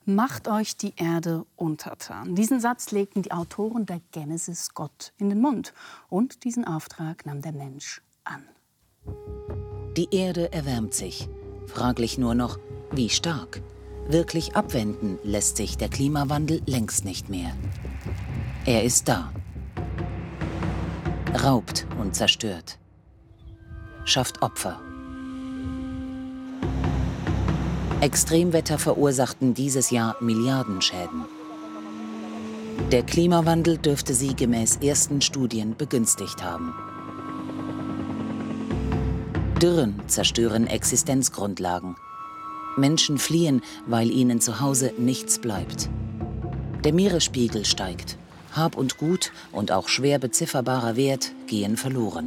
Macht euch die Erde untertan. Diesen Satz legten die Autoren der Genesis Gott in den Mund. Und diesen Auftrag nahm der Mensch an. Die Erde erwärmt sich. Fraglich nur noch, wie stark? Wirklich abwenden lässt sich der Klimawandel längst nicht mehr. Er ist da. Raubt und zerstört. Schafft Opfer. Extremwetter verursachten dieses Jahr Milliardenschäden. Der Klimawandel dürfte sie gemäß ersten Studien begünstigt haben. Dürren zerstören Existenzgrundlagen. Menschen fliehen, weil ihnen zu Hause nichts bleibt. Der Meeresspiegel steigt. Hab und Gut und auch schwer bezifferbarer Wert gehen verloren.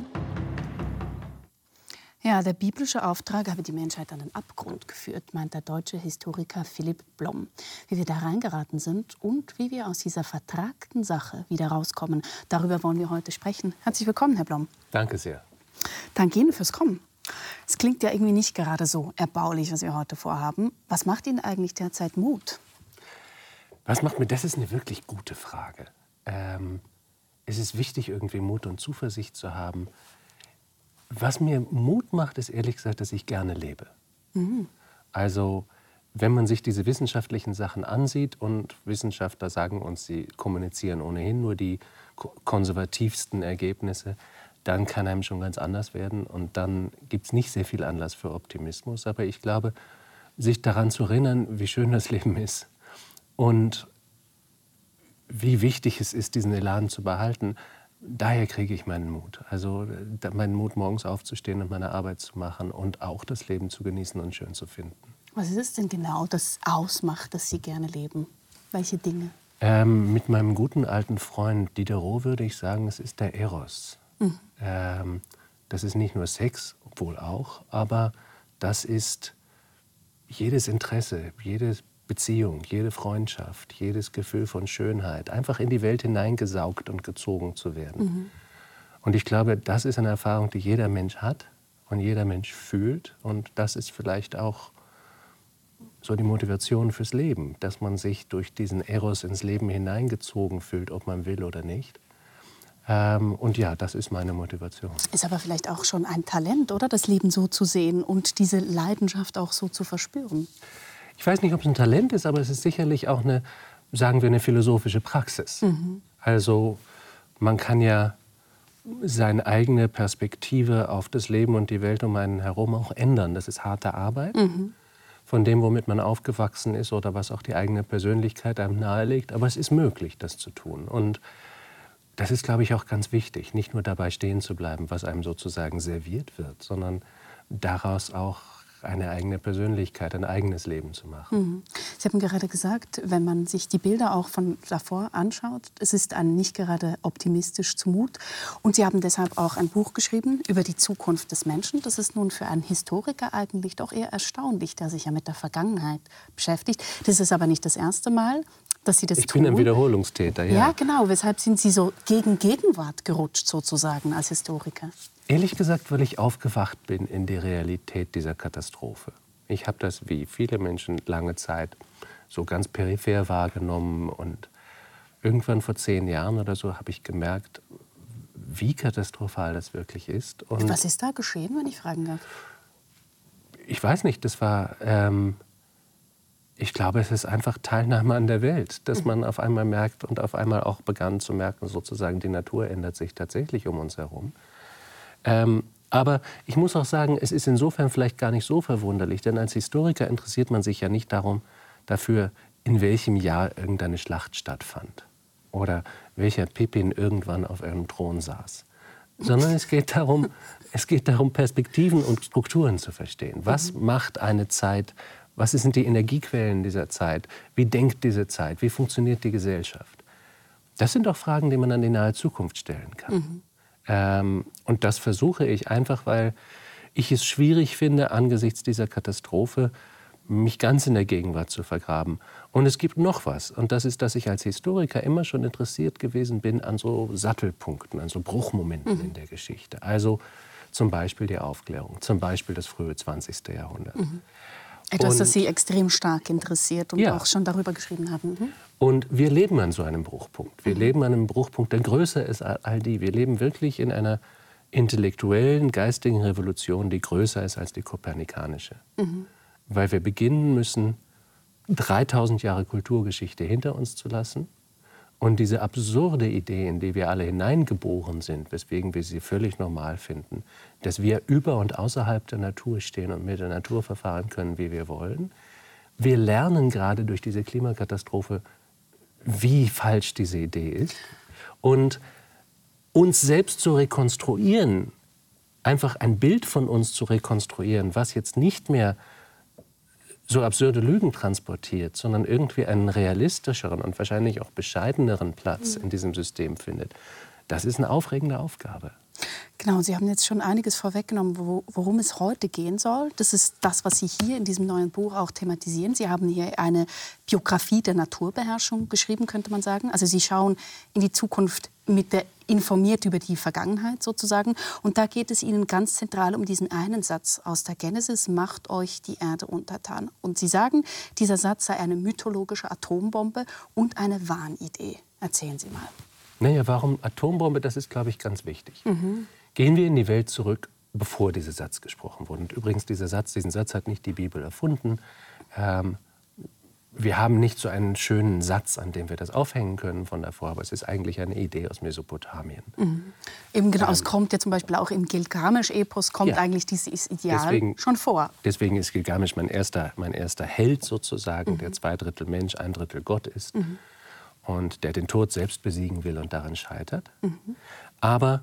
Ja, der biblische Auftrag habe die Menschheit an den Abgrund geführt, meint der deutsche Historiker Philipp Blom. Wie wir da reingeraten sind und wie wir aus dieser vertragten Sache wieder rauskommen, darüber wollen wir heute sprechen. Herzlich willkommen, Herr Blom. Danke sehr. Danke Ihnen fürs Kommen. Es klingt ja irgendwie nicht gerade so erbaulich, was wir heute vorhaben. Was macht Ihnen eigentlich derzeit Mut? Was macht mir, das ist eine wirklich gute Frage. Es ist wichtig, irgendwie Mut und Zuversicht zu haben. Was mir Mut macht, ist ehrlich gesagt, dass ich gerne lebe. Also, wenn man sich diese wissenschaftlichen Sachen ansieht, und Wissenschaftler sagen uns, sie kommunizieren ohnehin nur die konservativsten Ergebnisse, dann kann einem schon ganz anders werden. Und dann gibt es nicht sehr viel Anlass für Optimismus. Aber ich glaube, sich daran zu erinnern, wie schön das Leben ist und wie wichtig es ist, diesen Elan zu behalten, daher kriege ich meinen Mut. Also meinen Mut, morgens aufzustehen und meine Arbeit zu machen und auch das Leben zu genießen und schön zu finden. Was ist es denn genau, das ausmacht, dass Sie gerne leben? Welche Dinge? Mit meinem guten alten Freund Diderot würde ich sagen, es ist der Eros. Das ist nicht nur Sex, obwohl auch, aber das ist jedes Interesse, jede Beziehung, jede Freundschaft, jedes Gefühl von Schönheit, einfach in die Welt hineingesaugt und gezogen zu werden. Und ich glaube, das ist eine Erfahrung, die jeder Mensch hat und jeder Mensch fühlt. Und das ist vielleicht auch so die Motivation fürs Leben, dass man sich durch diesen Eros ins Leben hineingezogen fühlt, ob man will oder nicht. Und ja, das ist meine Motivation. Ist aber vielleicht auch schon ein Talent, oder? Das Leben so zu sehen und diese Leidenschaft auch so zu verspüren. Ich weiß nicht, ob es ein Talent ist, aber es ist sicherlich auch eine, sagen wir, eine philosophische Praxis. Also man kann ja seine eigene Perspektive auf das Leben und die Welt um einen herum auch ändern. Das ist harte Arbeit von dem, womit man aufgewachsen ist oder was auch die eigene Persönlichkeit einem nahelegt. Aber es ist möglich, das zu tun. Und das ist, glaube ich, auch ganz wichtig, nicht nur dabei stehen zu bleiben, was einem sozusagen serviert wird, sondern daraus auch eine eigene Persönlichkeit, ein eigenes Leben zu machen. Sie haben gerade gesagt, wenn man sich die Bilder auch von davor anschaut, es ist einem nicht gerade optimistisch zumut. Und Sie haben deshalb auch ein Buch geschrieben über die Zukunft des Menschen. Das ist nun für einen Historiker eigentlich doch eher erstaunlich, der sich ja mit der Vergangenheit beschäftigt. Das ist aber nicht das erste Mal, dass Sie das tun. Ich bin ein Wiederholungstäter, ja. Ja, genau. Weshalb sind Sie so gegen Gegenwart gerutscht, sozusagen, als Historiker? Ehrlich gesagt, weil ich aufgewacht bin in die Realität dieser Katastrophe. Ich habe das, wie viele Menschen, lange Zeit so ganz peripher wahrgenommen. Und irgendwann vor 10 Jahren oder so habe ich gemerkt, wie katastrophal das wirklich ist. Und was ist da geschehen, wenn ich fragen darf? Ich weiß nicht, das war... ich glaube, es ist einfach Teilnahme an der Welt, dass man auf einmal merkt und auf einmal auch begann zu merken, sozusagen, die Natur ändert sich tatsächlich um uns herum. Aber ich muss auch sagen, es ist insofern vielleicht gar nicht so verwunderlich, denn als Historiker interessiert man sich ja nicht dafür, in welchem Jahr irgendeine Schlacht stattfand oder welcher Pippin irgendwann auf einem Thron saß. Sondern es geht darum, Perspektiven und Strukturen zu verstehen. Was macht eine Zeit? Was sind die Energiequellen dieser Zeit? Wie denkt diese Zeit? Wie funktioniert die Gesellschaft? Das sind auch Fragen, die man an die nahe Zukunft stellen kann. Und das versuche ich einfach, weil ich es schwierig finde, angesichts dieser Katastrophe mich ganz in der Gegenwart zu vergraben. Und es gibt noch was. Und das ist, dass ich als Historiker immer schon interessiert gewesen bin an so Sattelpunkten, an so Bruchmomenten in der Geschichte. Also zum Beispiel die Aufklärung, zum Beispiel das frühe 20. Jahrhundert. Etwas, das Sie extrem stark interessiert und ja, auch schon darüber geschrieben haben. Mhm. Und wir leben an so einem Bruchpunkt. Wir leben an einem Bruchpunkt, der größer ist als all die. Wir leben wirklich in einer intellektuellen, geistigen Revolution, die größer ist als die kopernikanische. Weil wir beginnen müssen, 3000 Jahre Kulturgeschichte hinter uns zu lassen und diese absurde Idee, in die wir alle hineingeboren sind, weswegen wir sie völlig normal finden, dass wir über und außerhalb der Natur stehen und mit der Natur verfahren können, wie wir wollen. Wir lernen gerade durch diese Klimakatastrophe, wie falsch diese Idee ist. Und uns selbst zu rekonstruieren, einfach ein Bild von uns zu rekonstruieren, was jetzt nicht mehr so absurde Lügen transportiert, sondern irgendwie einen realistischeren und wahrscheinlich auch bescheideneren Platz in diesem System findet. Das ist eine aufregende Aufgabe. Genau, Sie haben jetzt schon einiges vorweggenommen, worum es heute gehen soll. Das ist das, was Sie hier in diesem neuen Buch auch thematisieren. Sie haben hier eine Biografie der Naturbeherrschung geschrieben, könnte man sagen. Also Sie schauen in die Zukunft informiert über die Vergangenheit sozusagen. Und da geht es Ihnen ganz zentral um diesen einen Satz aus der Genesis: Macht euch die Erde untertan. Und Sie sagen, dieser Satz sei eine mythologische Atombombe und eine Wahnidee. Erzählen Sie mal. Naja, warum Atombombe? Das ist, glaube ich, ganz wichtig. Gehen wir in die Welt zurück, bevor dieser Satz gesprochen wurde. Und übrigens, diesen Satz hat nicht die Bibel erfunden. Wir haben nicht so einen schönen Satz, an dem wir das aufhängen können von davor, aber es ist eigentlich eine Idee aus Mesopotamien. Eben genau, es kommt ja zum Beispiel auch im Gilgamesch-Epos, kommt eigentlich dieses Ideal schon vor. Deswegen ist Gilgamesch mein erster Held sozusagen, der 2/3 Mensch, 1/3 Gott ist. Und der den Tod selbst besiegen will und daran scheitert. Aber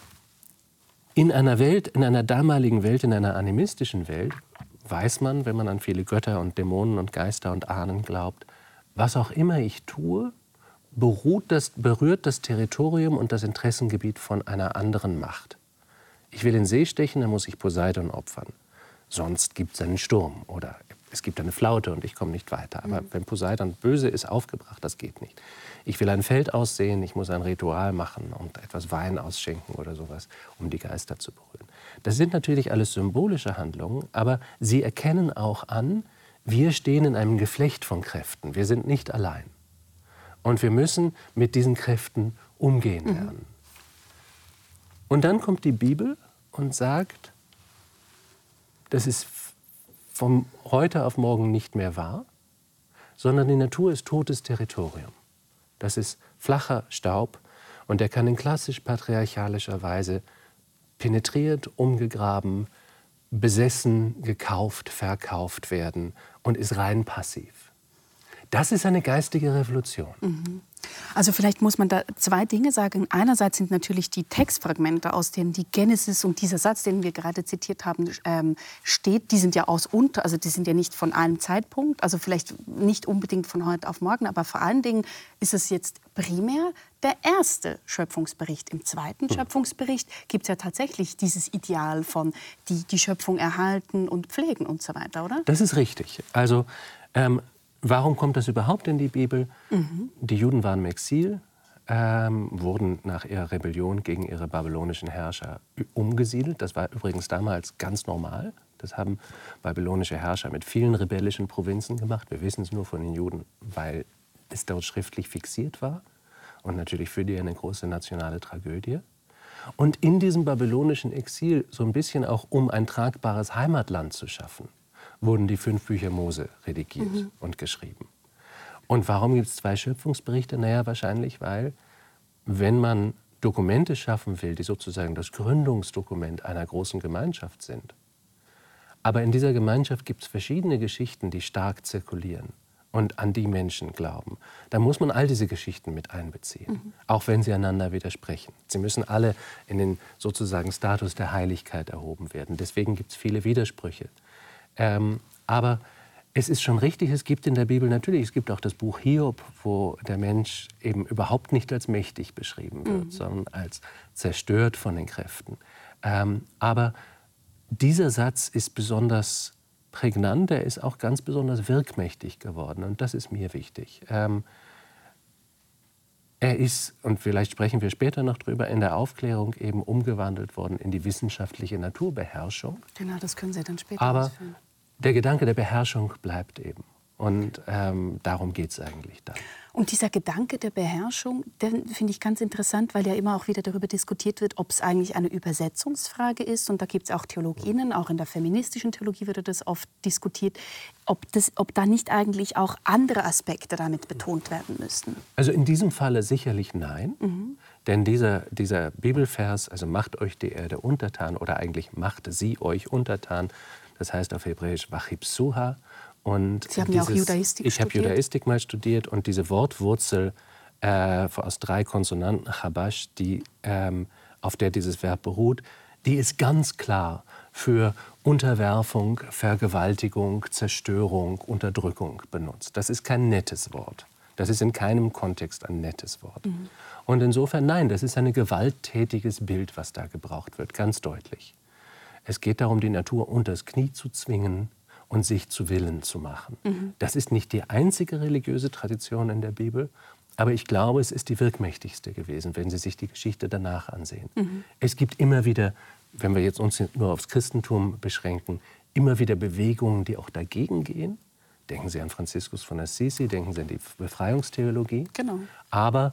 in einer damaligen Welt, in einer animistischen Welt, weiß man, wenn man an viele Götter und Dämonen und Geister und Ahnen glaubt, was auch immer ich tue, berührt das Territorium und das Interessengebiet von einer anderen Macht. Ich will in den See stechen, dann muss ich Poseidon opfern. Sonst gibt es einen Sturm oder es gibt eine Flaute und ich komme nicht weiter. Aber wenn Poseidon böse ist, aufgebracht, das geht nicht. Ich will ein Feld aussehen, ich muss ein Ritual machen und etwas Wein ausschenken oder sowas, um die Geister zu berühren. Das sind natürlich alles symbolische Handlungen, aber sie erkennen auch an, wir stehen in einem Geflecht von Kräften. Wir sind nicht allein. Und wir müssen mit diesen Kräften umgehen lernen. Und dann kommt die Bibel und sagt, das ist von heute auf morgen nicht mehr wahr, sondern die Natur ist totes Territorium. Das ist flacher Staub und der kann in klassisch patriarchalischer Weise penetriert, umgegraben, besessen, gekauft, verkauft werden und ist rein passiv. Das ist eine geistige Revolution. Also vielleicht muss man da zwei Dinge sagen. Einerseits sind natürlich die Textfragmente, aus denen die Genesis und dieser Satz, den wir gerade zitiert haben, steht, die sind ja die sind ja nicht von einem Zeitpunkt, also vielleicht nicht unbedingt von heute auf morgen, aber vor allen Dingen ist es jetzt primär der erste Schöpfungsbericht. Im zweiten Schöpfungsbericht gibt es ja tatsächlich dieses Ideal von die Schöpfung erhalten und pflegen und so weiter, oder? Das ist richtig. Also warum kommt das überhaupt in die Bibel? Die Juden waren im Exil, wurden nach ihrer Rebellion gegen ihre babylonischen Herrscher umgesiedelt. Das war übrigens damals ganz normal. Das haben babylonische Herrscher mit vielen rebellischen Provinzen gemacht. Wir wissen es nur von den Juden, weil es dort schriftlich fixiert war. Und natürlich für die eine große nationale Tragödie. Und in diesem babylonischen Exil, so ein bisschen auch um ein tragbares Heimatland zu schaffen, wurden die 5 Bücher Mose redigiert und geschrieben. Und warum gibt es 2 Schöpfungsberichte? Naja, wahrscheinlich, weil wenn man Dokumente schaffen will, die sozusagen das Gründungsdokument einer großen Gemeinschaft sind, aber in dieser Gemeinschaft gibt es verschiedene Geschichten, die stark zirkulieren und an die Menschen glauben, dann muss man all diese Geschichten mit einbeziehen, auch wenn sie einander widersprechen. Sie müssen alle in den sozusagen Status der Heiligkeit erhoben werden. Deswegen gibt es viele Widersprüche. Aber es ist schon richtig, es gibt in der Bibel natürlich, es gibt auch das Buch Hiob, wo der Mensch eben überhaupt nicht als mächtig beschrieben wird, sondern als zerstört von den Kräften. Aber dieser Satz ist besonders prägnant, er ist auch ganz besonders wirkmächtig geworden und das ist mir wichtig. Er ist, und vielleicht sprechen wir später noch drüber, in der Aufklärung eben umgewandelt worden in die wissenschaftliche Naturbeherrschung. Genau, das können Sie dann später Aber ausführen. der Gedanke der Beherrschung bleibt eben. Und darum geht es eigentlich dann. Und dieser Gedanke der Beherrschung, den finde ich ganz interessant, weil ja immer auch wieder darüber diskutiert wird, ob es eigentlich eine Übersetzungsfrage ist. Und da gibt es auch Theologinnen, auch in der feministischen Theologie wird das oft diskutiert, ob da nicht eigentlich auch andere Aspekte damit betont werden müssten. Also in diesem Falle sicherlich nein. Denn dieser Bibelvers, also macht euch die Erde untertan oder eigentlich macht sie euch untertan, das heißt auf Hebräisch Wachipsuha. Und Sie haben ja auch Judaistik studiert. Ich habe Judaistik mal studiert und diese Wortwurzel aus 3 Konsonanten, Chabash, auf der dieses Verb beruht, die ist ganz klar für Unterwerfung, Vergewaltigung, Zerstörung, Unterdrückung benutzt. Das ist kein nettes Wort. Das ist in keinem Kontext ein nettes Wort. Und insofern, nein, das ist ein gewalttätiges Bild, was da gebraucht wird, ganz deutlich. Es geht darum, die Natur unters Knie zu zwingen und sich zu Willen zu machen. Das ist nicht die einzige religiöse Tradition in der Bibel, aber ich glaube, es ist die wirkmächtigste gewesen, wenn Sie sich die Geschichte danach ansehen. Es gibt immer wieder, wenn wir jetzt uns nur aufs Christentum beschränken, immer wieder Bewegungen, die auch dagegen gehen. Denken Sie an Franziskus von Assisi, denken Sie an die Befreiungstheologie. Genau. Aber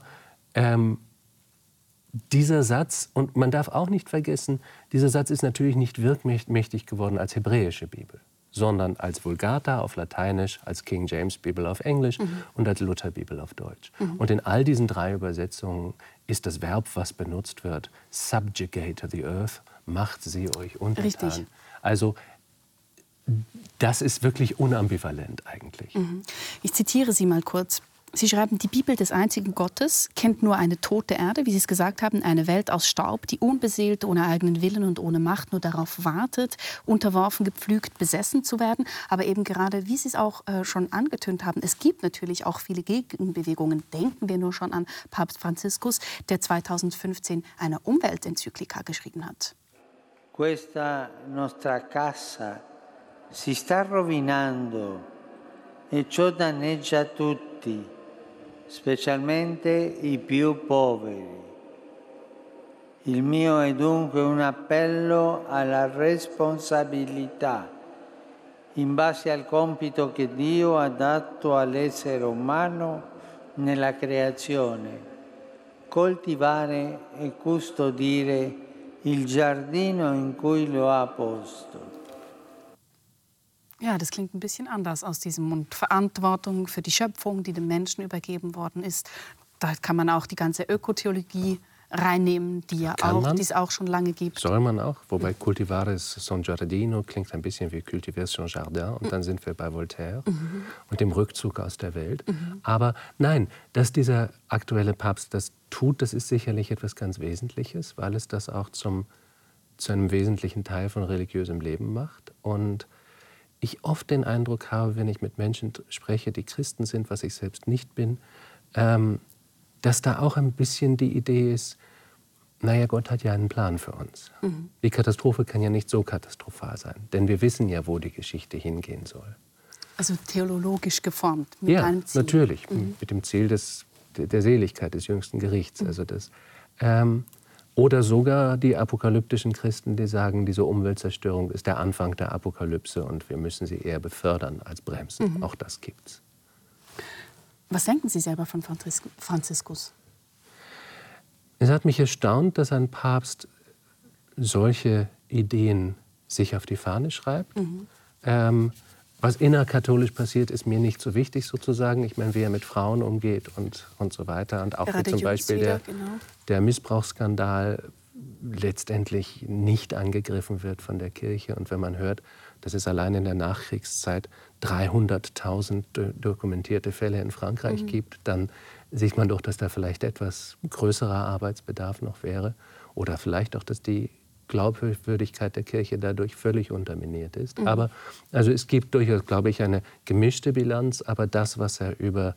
dieser Satz, und man darf auch nicht vergessen, dieser Satz ist natürlich nicht wirkmächtig geworden als hebräische Bibel, sondern als Vulgata auf Lateinisch, als King James Bibel auf Englisch und als Lutherbibel auf Deutsch. Und in all diesen 3 Übersetzungen ist das Verb, was benutzt wird, subjugate the earth, macht sie euch untertan. Richtig. Also das ist wirklich unambivalent eigentlich. Ich zitiere Sie mal kurz. Sie schreiben, die Bibel des einzigen Gottes kennt nur eine tote Erde, wie Sie es gesagt haben, eine Welt aus Staub, die unbeseelt, ohne eigenen Willen und ohne Macht nur darauf wartet, unterworfen, gepflügt, besessen zu werden. Aber eben gerade, wie Sie es auch schon angetönt haben, es gibt natürlich auch viele Gegenbewegungen. Denken wir nur schon an Papst Franziskus, der 2015 eine Umweltenzyklika geschrieben hat. Questa nostra casa si sta rovinando e ciò danneggia tutti. Specialmente i più poveri. Il mio è dunque un appello alla responsabilità, in base al compito che Dio ha dato all'essere umano nella creazione, coltivare e custodire il giardino in cui lo ha posto. Ja, das klingt ein bisschen anders aus diesem Mund. Verantwortung für die Schöpfung, die dem Menschen übergeben worden ist. Da kann man auch die ganze Ökotheologie reinnehmen, die es auch schon lange gibt. Soll man auch, wobei cultivare son giardino klingt ein bisschen wie cultiver son jardin und dann sind wir bei Voltaire und dem Rückzug aus der Welt. Aber nein, dass dieser aktuelle Papst das tut, das ist sicherlich etwas ganz Wesentliches, weil es das auch zu einem wesentlichen Teil von religiösem Leben macht. Und ich oft den Eindruck habe, wenn ich mit Menschen spreche, die Christen sind, was ich selbst nicht bin, dass da auch ein bisschen die Idee ist, naja, Gott hat ja einen Plan für uns. Die Katastrophe kann ja nicht so katastrophal sein, denn wir wissen ja, wo die Geschichte hingehen soll. Also theologisch geformt, mit ja, einem Ziel. Natürlich, mit dem Ziel der Seligkeit, des jüngsten Gerichts. Also das, oder sogar die apokalyptischen Christen, die sagen, diese Umweltzerstörung ist der Anfang der Apokalypse und wir müssen sie eher befördern als bremsen. Auch das gibt's. Was denken Sie selber von Franziskus? Es hat mich erstaunt, dass ein Papst solche Ideen sich auf die Fahne schreibt. Was innerkatholisch passiert, ist mir nicht so wichtig sozusagen. Ich meine, wie er mit Frauen umgeht und so weiter. Und auch wie zum Beispiel der Missbrauchsskandal letztendlich nicht angegriffen wird von der Kirche. Und wenn man hört, dass es allein in der Nachkriegszeit 300.000 dokumentierte Fälle in Frankreich gibt, dann sieht man doch, dass da vielleicht etwas größerer Arbeitsbedarf noch wäre. Oder vielleicht auch, dass die Glaubwürdigkeit der Kirche dadurch völlig unterminiert ist. Aber also es gibt durchaus, glaube ich, eine gemischte Bilanz. Aber das, was er über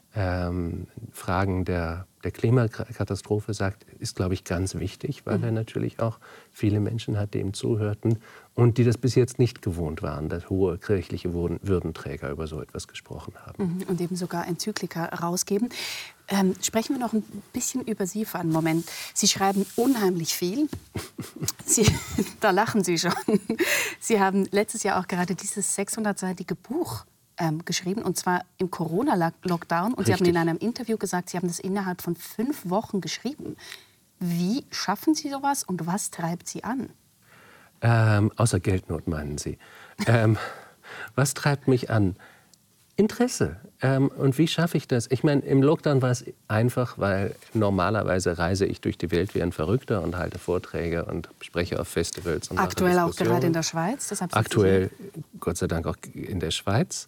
Fragen der Klimakatastrophe sagt, ist, glaube ich, ganz wichtig, weil er natürlich auch viele Menschen hat, die ihm zuhörten und die das bis jetzt nicht gewohnt waren, dass hohe kirchliche Würdenträger über so etwas gesprochen haben. Und eben sogar Enzyklika rausgeben. Sprechen wir noch ein bisschen über Sie für einen Moment. Sie schreiben unheimlich viel. Da lachen Sie schon. Sie haben letztes Jahr auch gerade dieses 600-seitige Buch geschrieben, und zwar im Corona-Lockdown. Und Sie haben in einem Interview gesagt, Sie haben das innerhalb von 5 Wochen geschrieben. Wie schaffen Sie sowas und was treibt Sie an? Außer Geldnot, meinen Sie. Was treibt mich an? Interesse. Und wie schaffe ich das? Ich meine, im Lockdown war es einfach, weil normalerweise reise ich durch die Welt wie ein Verrückter und halte Vorträge und spreche auf Festivals. Und aktuell auch gerade in der Schweiz? Deshalb aktuell, Gott sei Dank, auch in der Schweiz.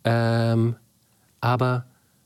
Aber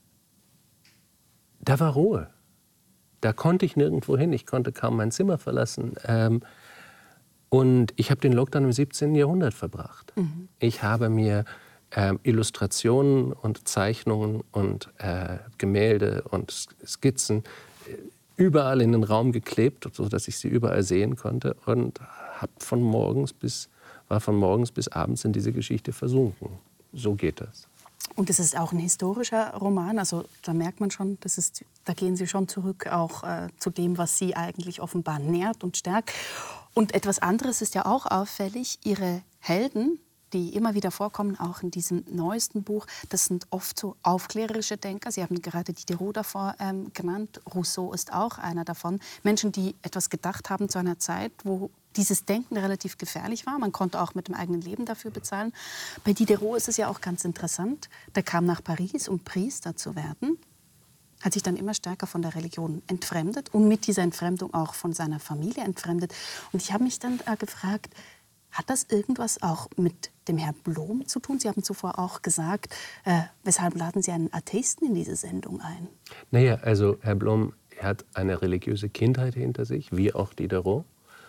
da war Ruhe. Da konnte ich nirgendwo hin. Ich konnte kaum mein Zimmer verlassen. Und ich habe den Lockdown im 17. Jahrhundert verbracht. Ich habe mir Illustrationen und Zeichnungen und Gemälde und Skizzen überall in den Raum geklebt, sodass ich sie überall sehen konnte, und war von morgens bis abends in diese Geschichte versunken. So geht das. Und es ist auch ein historischer Roman, also da merkt man schon, da gehen Sie schon zurück auch zu dem, was Sie eigentlich offenbar nährt und stärkt. Und etwas anderes ist ja auch auffällig, Ihre Helden, die immer wieder vorkommen, auch in diesem neuesten Buch, das sind oft so aufklärerische Denker. Sie haben gerade Diderot davor genannt. Rousseau ist auch einer davon. Menschen, die etwas gedacht haben zu einer Zeit, wo dieses Denken relativ gefährlich war. Man konnte auch mit dem eigenen Leben dafür bezahlen. Bei Diderot ist es ja auch ganz interessant. Der kam nach Paris, um Priester zu werden, hat sich dann immer stärker von der Religion entfremdet und mit dieser Entfremdung auch von seiner Familie entfremdet. Und ich habe mich dann gefragt, hat das irgendwas auch mit dem Herrn Blom zu tun? Sie haben zuvor auch gesagt, weshalb laden Sie einen Atheisten in diese Sendung ein? Naja, also Herr Blom hat eine religiöse Kindheit hinter sich, wie auch Diderot.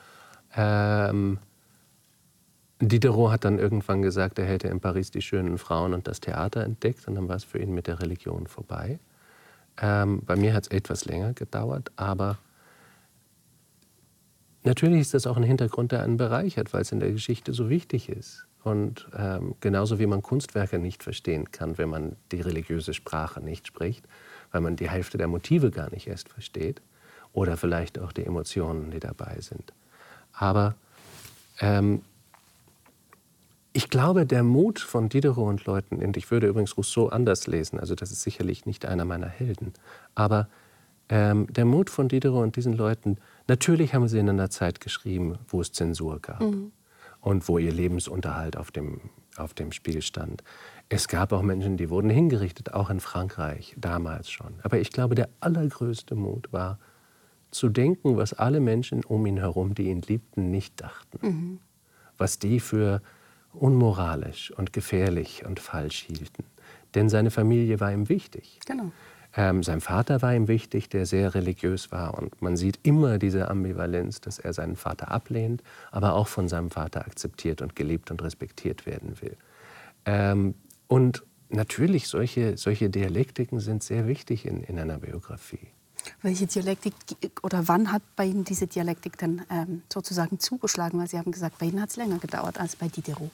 Diderot hat dann irgendwann gesagt, er hätte in Paris die schönen Frauen und das Theater entdeckt, und dann war es für ihn mit der Religion vorbei. Bei mir hat es etwas länger gedauert, aber natürlich ist das auch ein Hintergrund, der einen bereichert, weil es in der Geschichte so wichtig ist. Und genauso wie man Kunstwerke nicht verstehen kann, wenn man die religiöse Sprache nicht spricht, weil man die Hälfte der Motive gar nicht erst versteht, oder vielleicht auch die Emotionen, die dabei sind. Aber ich glaube, der Mut von Diderot und Leuten, und ich würde übrigens Rousseau anders lesen, also das ist sicherlich nicht einer meiner Helden, aber der Mut von Diderot und diesen Leuten, natürlich haben sie in einer Zeit geschrieben, wo es Zensur gab und wo ihr Lebensunterhalt auf dem Spiel stand. Es gab auch Menschen, die wurden hingerichtet, auch in Frankreich, damals schon. Aber ich glaube, der allergrößte Mut war, zu denken, was alle Menschen um ihn herum, die ihn liebten, nicht dachten. Was die für unmoralisch und gefährlich und falsch hielten. Denn seine Familie war ihm wichtig. Genau. Sein Vater war ihm wichtig, der sehr religiös war. Und man sieht immer diese Ambivalenz, dass er seinen Vater ablehnt, aber auch von seinem Vater akzeptiert und geliebt und respektiert werden will. Und natürlich, solche Dialektiken sind sehr wichtig in einer Biografie. Welche Dialektik oder wann hat bei Ihnen diese Dialektik denn sozusagen zugeschlagen? Weil Sie haben gesagt, bei Ihnen hat es länger gedauert als bei Diderot.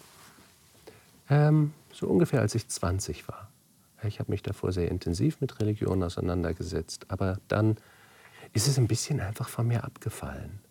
So ungefähr, als ich 20 war. Ich habe mich davor sehr intensiv mit Religion auseinandergesetzt. Aber dann ist es ein bisschen einfach von mir abgefallen.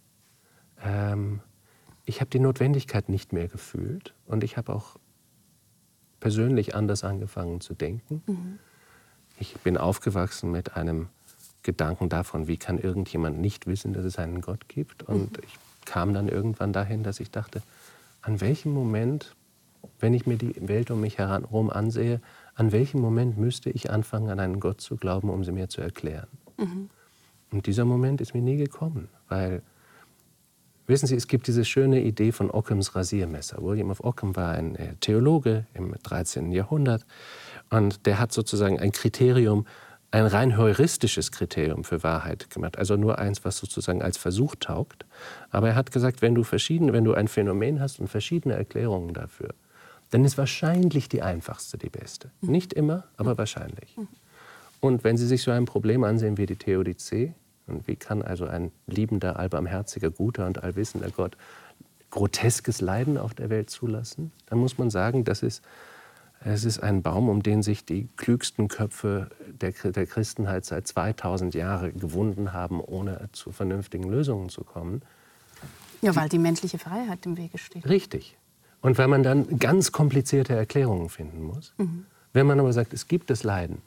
Ich habe die Notwendigkeit nicht mehr gefühlt. Und ich habe auch persönlich anders angefangen zu denken. Ich bin aufgewachsen mit einem Gedanken davon, wie kann irgendjemand nicht wissen, dass es einen Gott gibt. Und ich kam dann irgendwann dahin, dass ich dachte, an welchem Moment, wenn ich mir die Welt um mich herum ansehe, an welchem Moment müsste ich anfangen, an einen Gott zu glauben, um sie mir zu erklären? Und dieser Moment ist mir nie gekommen, weil, wissen Sie, es gibt diese schöne Idee von Ockhams Rasiermesser. William of Ockham war ein Theologe im 13. Jahrhundert und der hat sozusagen ein Kriterium, ein rein heuristisches Kriterium für Wahrheit gemacht, also nur eins, was sozusagen als Versuch taugt. Aber er hat gesagt, wenn du ein Phänomen hast und verschiedene Erklärungen dafür, dann ist wahrscheinlich die einfachste die beste. Nicht immer, aber wahrscheinlich. Und wenn Sie sich so ein Problem ansehen wie die Theodizee, und wie kann also ein liebender, allbarmherziger, guter und allwissender Gott groteskes Leiden auf der Welt zulassen, dann muss man sagen, es ist ein Baum, um den sich die klügsten Köpfe der Christenheit seit 2000 Jahren gewunden haben, ohne zu vernünftigen Lösungen zu kommen. Ja, weil die menschliche Freiheit im Wege steht. Richtig. Und weil man dann ganz komplizierte Erklärungen finden muss. Wenn man aber sagt, es gibt das Leiden,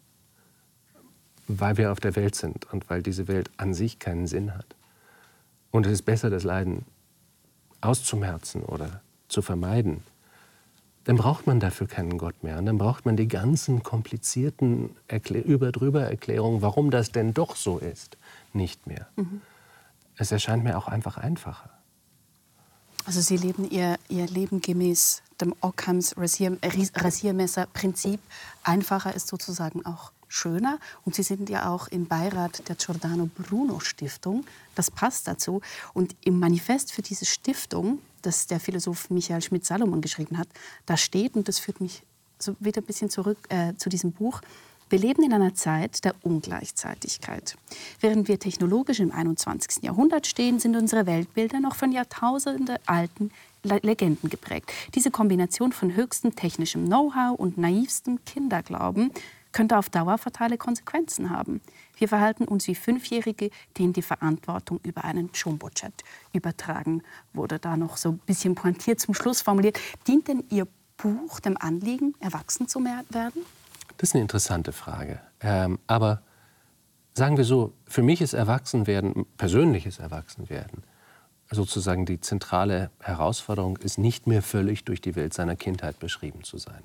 weil wir auf der Welt sind und weil diese Welt an sich keinen Sinn hat. Und es ist besser, das Leiden auszumerzen oder zu vermeiden, dann braucht man dafür keinen Gott mehr. Und dann braucht man die ganzen komplizierten Über-drüber-Erklärungen, warum das denn doch so ist, nicht mehr. Es erscheint mir auch einfach einfacher. Also Sie leben Ihr Leben gemäß dem Ockhams Rasiermesser-Prinzip. Einfacher ist sozusagen auch schöner. Und Sie sind ja auch im Beirat der Giordano Bruno Stiftung. Das passt dazu. Und im Manifest für diese Stiftung, das der Philosoph Michael Schmidt-Salomon geschrieben hat, da steht, und das führt mich so wieder ein bisschen zurück zu diesem Buch: Wir leben in einer Zeit der Ungleichzeitigkeit. Während wir technologisch im 21. Jahrhundert stehen, sind unsere Weltbilder noch von Jahrtausende alten Legenden geprägt. Diese Kombination von höchstem technischem Know-how und naivstem Kinderglauben könnte auf Dauer fatale Konsequenzen haben. Wir verhalten uns wie Fünfjährige, denen die Verantwortung über einen Jumbojet übertragen wurde. Da noch so ein bisschen pointiert zum Schluss formuliert. Dient denn Ihr Buch dem Anliegen, erwachsen zu werden? Das ist eine interessante Frage. Aber sagen wir so, für mich ist Erwachsenwerden, persönliches Erwachsenwerden, sozusagen die zentrale Herausforderung ist, nicht mehr völlig durch die Welt seiner Kindheit beschrieben zu sein.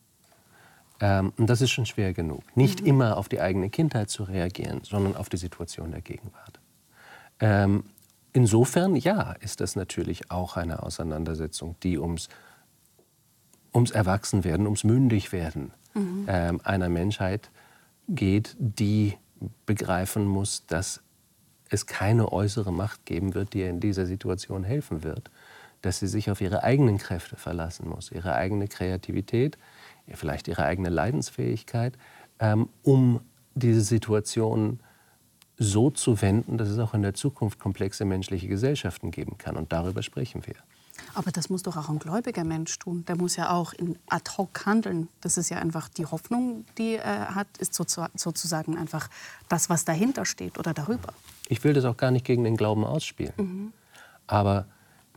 Und das ist schon schwer genug. Nicht immer auf die eigene Kindheit zu reagieren, sondern auf die Situation der Gegenwart. Insofern, ja, ist das natürlich auch eine Auseinandersetzung, die ums Erwachsenwerden, ums Mündigwerden einer Menschheit geht, die begreifen muss, dass es keine äußere Macht geben wird, die ihr in dieser Situation helfen wird. Dass sie sich auf ihre eigenen Kräfte verlassen muss, ihre eigene Kreativität, vielleicht ihre eigene Leidensfähigkeit, um diese Situation so zu wenden, dass es auch in der Zukunft komplexe menschliche Gesellschaften geben kann. Und darüber sprechen wir. Aber das muss doch auch ein gläubiger Mensch tun. Der muss ja auch in ad hoc handeln. Das ist ja einfach die Hoffnung, die er hat, ist sozusagen einfach das, was dahinter steht oder darüber. Ich will das auch gar nicht gegen den Glauben ausspielen. Aber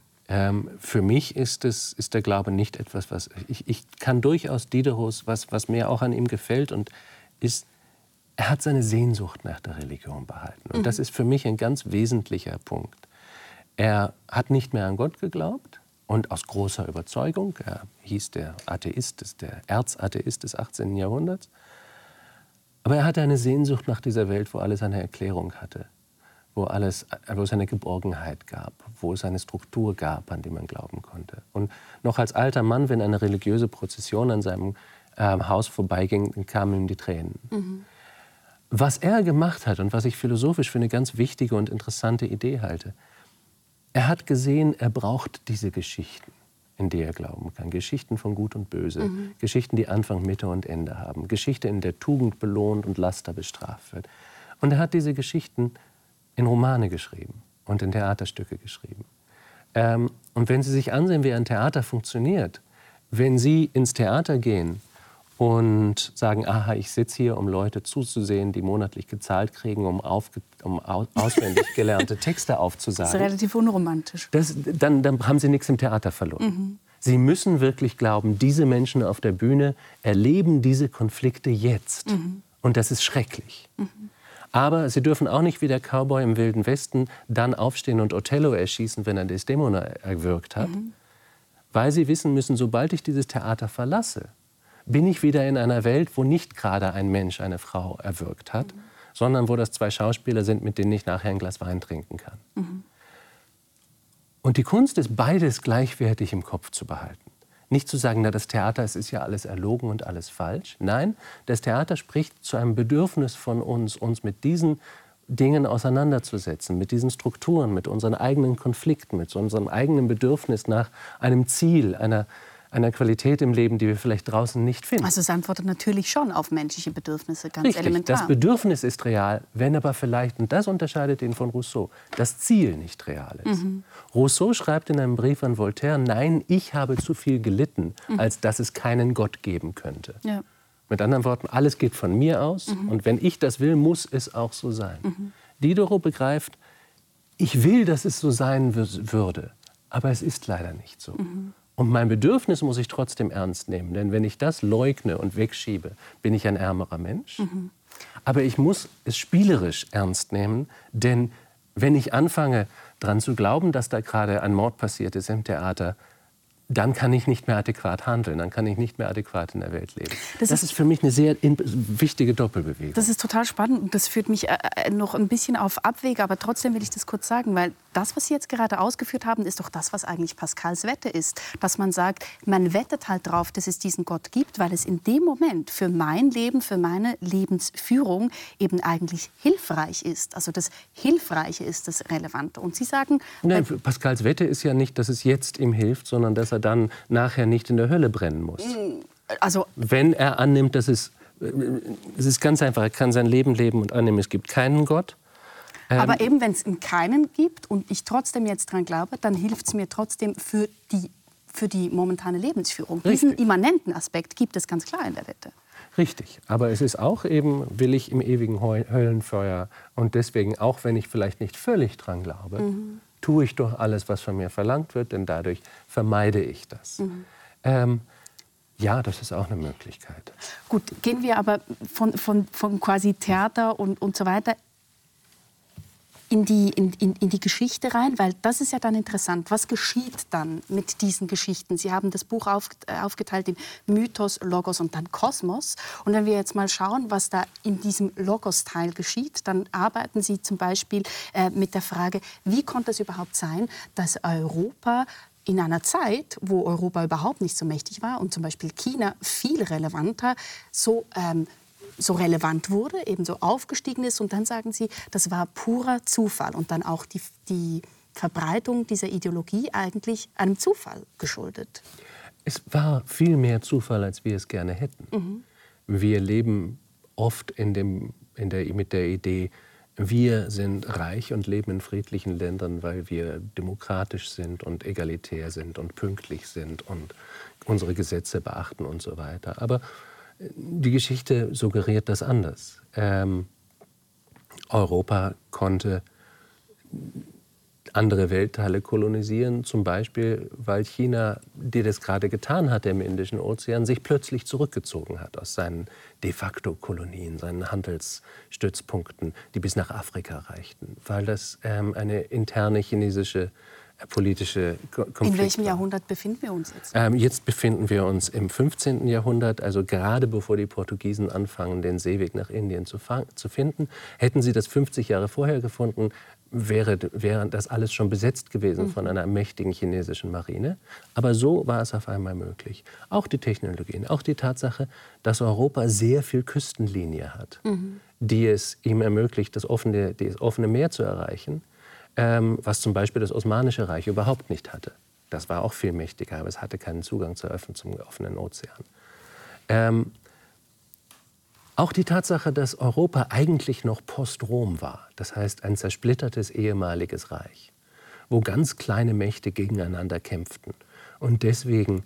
für mich ist der Glaube nicht etwas, was... Ich kann durchaus Diderot, was mir auch an ihm gefällt, und ist, er hat seine Sehnsucht nach der Religion behalten. Und das ist für mich ein ganz wesentlicher Punkt. Er hat nicht mehr an Gott geglaubt und aus großer Überzeugung. Er hieß der Atheist, der Erzatheist des 18. Jahrhunderts. Aber er hatte eine Sehnsucht nach dieser Welt, wo alles eine Erklärung hatte. Wo es eine Geborgenheit gab, wo es eine Struktur gab, an die man glauben konnte. Und noch als alter Mann, wenn eine religiöse Prozession an seinem Haus vorbeiging, kamen ihm die Tränen. Was er gemacht hat und was ich philosophisch für eine ganz wichtige und interessante Idee halte, er hat gesehen, er braucht diese Geschichten, in die er glauben kann. Geschichten von Gut und Böse, Geschichten, die Anfang, Mitte und Ende haben. Geschichte, in der Tugend belohnt und Laster bestraft wird. Und er hat diese Geschichten in Romane geschrieben und in Theaterstücke geschrieben. Und wenn Sie sich ansehen, wie ein Theater funktioniert, wenn Sie ins Theater gehen und sagen, aha, ich sitze hier, um Leute zuzusehen, die monatlich gezahlt kriegen, um auswendig gelernte Texte aufzusagen. Das ist relativ unromantisch. Dann haben Sie nichts im Theater verloren. Sie müssen wirklich glauben, diese Menschen auf der Bühne erleben diese Konflikte jetzt. Und das ist schrecklich. Aber Sie dürfen auch nicht wie der Cowboy im Wilden Westen dann aufstehen und Othello erschießen, wenn er Desdemona erwürgt hat. Weil Sie wissen müssen, sobald ich dieses Theater verlasse, bin ich wieder in einer Welt, wo nicht gerade ein Mensch eine Frau erwürgt hat, sondern wo das zwei Schauspieler sind, mit denen ich nachher ein Glas Wein trinken kann. Und die Kunst ist, beides gleichwertig im Kopf zu behalten. Nicht zu sagen, na, das Theater, es ist ja alles erlogen und alles falsch. Nein, das Theater spricht zu einem Bedürfnis von uns mit diesen Dingen auseinanderzusetzen, mit diesen Strukturen, mit unseren eigenen Konflikten, mit unserem eigenen Bedürfnis nach einem Ziel, einer Qualität im Leben, die wir vielleicht draußen nicht finden. Also es antwortet natürlich schon auf menschliche Bedürfnisse, ganz Richtig, elementar. das Bedürfnis ist real, wenn aber vielleicht, und das unterscheidet ihn von Rousseau, das Ziel nicht real ist. Rousseau schreibt in einem Brief an Voltaire, nein, ich habe zu viel gelitten, als dass es keinen Gott geben könnte. Ja. Mit anderen Worten, alles geht von mir aus und wenn ich das will, muss es auch so sein. Diderot begreift, ich will, dass es so sein würde, aber es ist leider nicht so. Und mein Bedürfnis muss ich trotzdem ernst nehmen, denn wenn ich das leugne und wegschiebe, bin ich ein ärmerer Mensch. Aber ich muss es spielerisch ernst nehmen, denn wenn ich anfange, daran zu glauben, dass da gerade ein Mord passiert ist im Theater, dann kann ich nicht mehr adäquat handeln, dann kann ich nicht mehr adäquat in der Welt leben. Das ist für mich eine sehr wichtige Doppelbewegung. Das ist total spannend und das führt mich noch ein bisschen auf Abwege, aber trotzdem will ich das kurz sagen, weil das, was Sie jetzt gerade ausgeführt haben, ist doch das, was eigentlich Pascals Wette ist. Dass man sagt, man wettet halt drauf, dass es diesen Gott gibt, weil es in dem Moment für mein Leben, für meine Lebensführung eben eigentlich hilfreich ist. Also das Hilfreiche ist das Relevante. Und Sie sagen... Nein, Pascals Wette ist ja nicht, dass es jetzt ihm hilft, sondern dass er dann nachher nicht in der Hölle brennen muss. Also, wenn er annimmt, dass es ist ganz einfach, er kann sein Leben leben und annehmen, es gibt keinen Gott. Aber eben, wenn es keinen gibt und ich trotzdem jetzt dran glaube, dann hilft es mir trotzdem für die momentane Lebensführung. Richtig. Diesen immanenten Aspekt gibt es ganz klar in der Wette. Richtig, aber es ist auch eben, will ich im ewigen Höllenfeuer und deswegen, auch wenn ich vielleicht nicht völlig dran glaube, tue ich doch alles, was von mir verlangt wird, denn dadurch vermeide ich das. Ja, das ist auch eine Möglichkeit. Gut, gehen wir aber von quasi Theater und so weiter in die Geschichte rein, weil das ist ja dann interessant. Was geschieht dann mit diesen Geschichten? Sie haben das Buch aufgeteilt in Mythos, Logos und dann Kosmos. Und wenn wir jetzt mal schauen, was da in diesem Logos-Teil geschieht, dann arbeiten Sie zum Beispiel mit der Frage, wie konnte es überhaupt sein, dass Europa in einer Zeit, wo Europa überhaupt nicht so mächtig war und zum Beispiel China viel relevanter, so relevant wurde, eben so aufgestiegen ist. Und dann sagen Sie, das war purer Zufall und dann auch die Verbreitung dieser Ideologie eigentlich einem Zufall geschuldet. Es war viel mehr Zufall, als wir es gerne hätten. Wir leben oft mit der Idee, wir sind reich und leben in friedlichen Ländern, weil wir demokratisch sind und egalitär sind und pünktlich sind und unsere Gesetze beachten und so weiter. Aber die Geschichte suggeriert das anders. Europa konnte andere Weltteile kolonisieren, zum Beispiel, weil China, die das gerade getan hatte im Indischen Ozean, sich plötzlich zurückgezogen hat aus seinen de facto Kolonien, seinen Handelsstützpunkten, die bis nach Afrika reichten, weil das eine interne chinesische politische Konflikt. In welchem Jahrhundert befinden wir uns jetzt? Jetzt befinden wir uns im 15. Jahrhundert, also gerade bevor die Portugiesen anfangen, den Seeweg nach Indien zu finden. Hätten sie das 50 Jahre vorher gefunden, wäre das alles schon besetzt gewesen von einer mächtigen chinesischen Marine. Aber so war es auf einmal möglich. Auch die Technologien, auch die Tatsache, dass Europa sehr viel Küstenlinie hat, die es ihm ermöglicht, das offene Meer zu erreichen, was zum Beispiel das Osmanische Reich überhaupt nicht hatte. Das war auch viel mächtiger, aber es hatte keinen Zugang zum offenen Ozean. Auch die Tatsache, dass Europa eigentlich noch Post-Rom war, das heißt ein zersplittertes ehemaliges Reich, wo ganz kleine Mächte gegeneinander kämpften und deswegen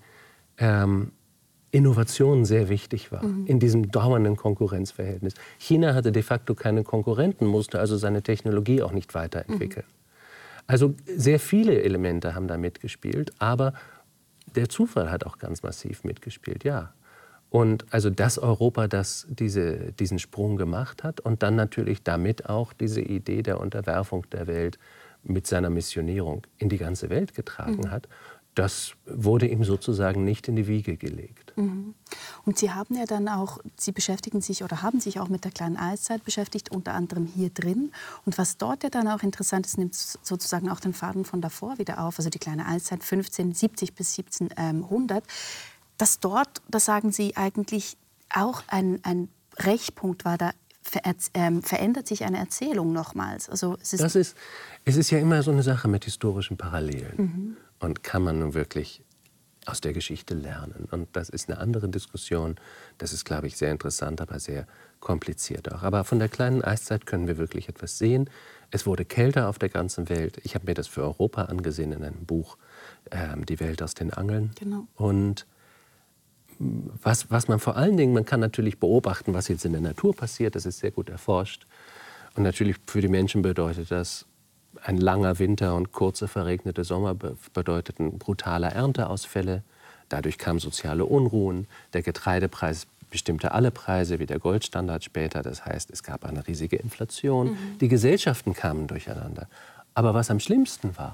Innovation sehr wichtig war in diesem dauernden Konkurrenzverhältnis. China hatte de facto keine Konkurrenten, musste also seine Technologie auch nicht weiterentwickeln. Also sehr viele Elemente haben da mitgespielt, aber der Zufall hat auch ganz massiv mitgespielt, ja. Und also dass Europa diesen Sprung gemacht hat und dann natürlich damit auch diese Idee der Unterwerfung der Welt mit seiner Missionierung in die ganze Welt getragen hat, das wurde ihm sozusagen nicht in die Wiege gelegt. Und Sie haben ja dann auch, Sie beschäftigen sich oder haben sich auch mit der kleinen Eiszeit beschäftigt, unter anderem hier drin. Und was dort ja dann auch interessant ist, nimmt sozusagen auch den Faden von davor wieder auf, also die kleine Eiszeit 1570 bis 1700, dass dort, das sagen Sie eigentlich, auch ein Brechpunkt war, da verändert sich eine Erzählung nochmals. Also es ist ja immer so eine Sache mit historischen Parallelen. Und kann man nun wirklich aus der Geschichte lernen? Und das ist eine andere Diskussion. Das ist, glaube ich, sehr interessant, aber sehr kompliziert auch. Aber von der kleinen Eiszeit können wir wirklich etwas sehen. Es wurde kälter auf der ganzen Welt. Ich habe mir das für Europa angesehen in einem Buch, Die Welt aus den Angeln. Genau. Und was man vor allen Dingen, man kann natürlich beobachten, was jetzt in der Natur passiert, das ist sehr gut erforscht. Und natürlich für die Menschen bedeutet das, ein langer Winter und kurze verregnete Sommer bedeuteten brutale Ernteausfälle. Dadurch kamen soziale Unruhen. Der Getreidepreis bestimmte alle Preise, wie der Goldstandard später. Das heißt, es gab eine riesige Inflation. Die Gesellschaften kamen durcheinander. Aber was am schlimmsten war,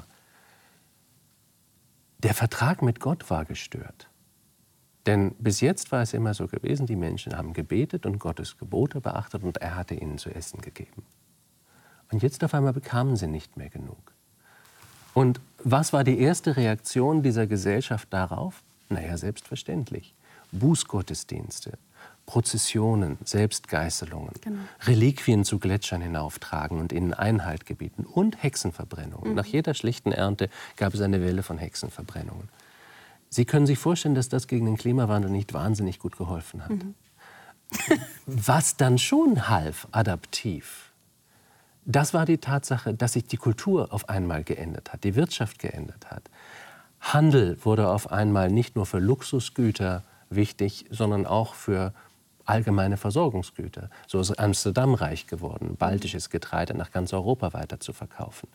der Vertrag mit Gott war gestört. Denn bis jetzt war es immer so gewesen, die Menschen haben gebetet und Gottes Gebote beachtet und er hatte ihnen zu essen gegeben. Und jetzt auf einmal bekamen sie nicht mehr genug. Und was war die erste Reaktion dieser Gesellschaft darauf? Naja, selbstverständlich. Bußgottesdienste, Prozessionen, Selbstgeißelungen, Reliquien zu Gletschern hinauftragen und ihnen Einhalt gebieten und Hexenverbrennungen. Nach jeder schlechten Ernte gab es eine Welle von Hexenverbrennungen. Sie können sich vorstellen, dass das gegen den Klimawandel nicht wahnsinnig gut geholfen hat. Was dann schon half, adaptiv, das war die Tatsache, dass sich die Kultur auf einmal geändert hat, die Wirtschaft geändert hat. Handel wurde auf einmal nicht nur für Luxusgüter wichtig, sondern auch für allgemeine Versorgungsgüter. So ist Amsterdam reich geworden, baltisches Getreide nach ganz Europa weiter zu verkaufen.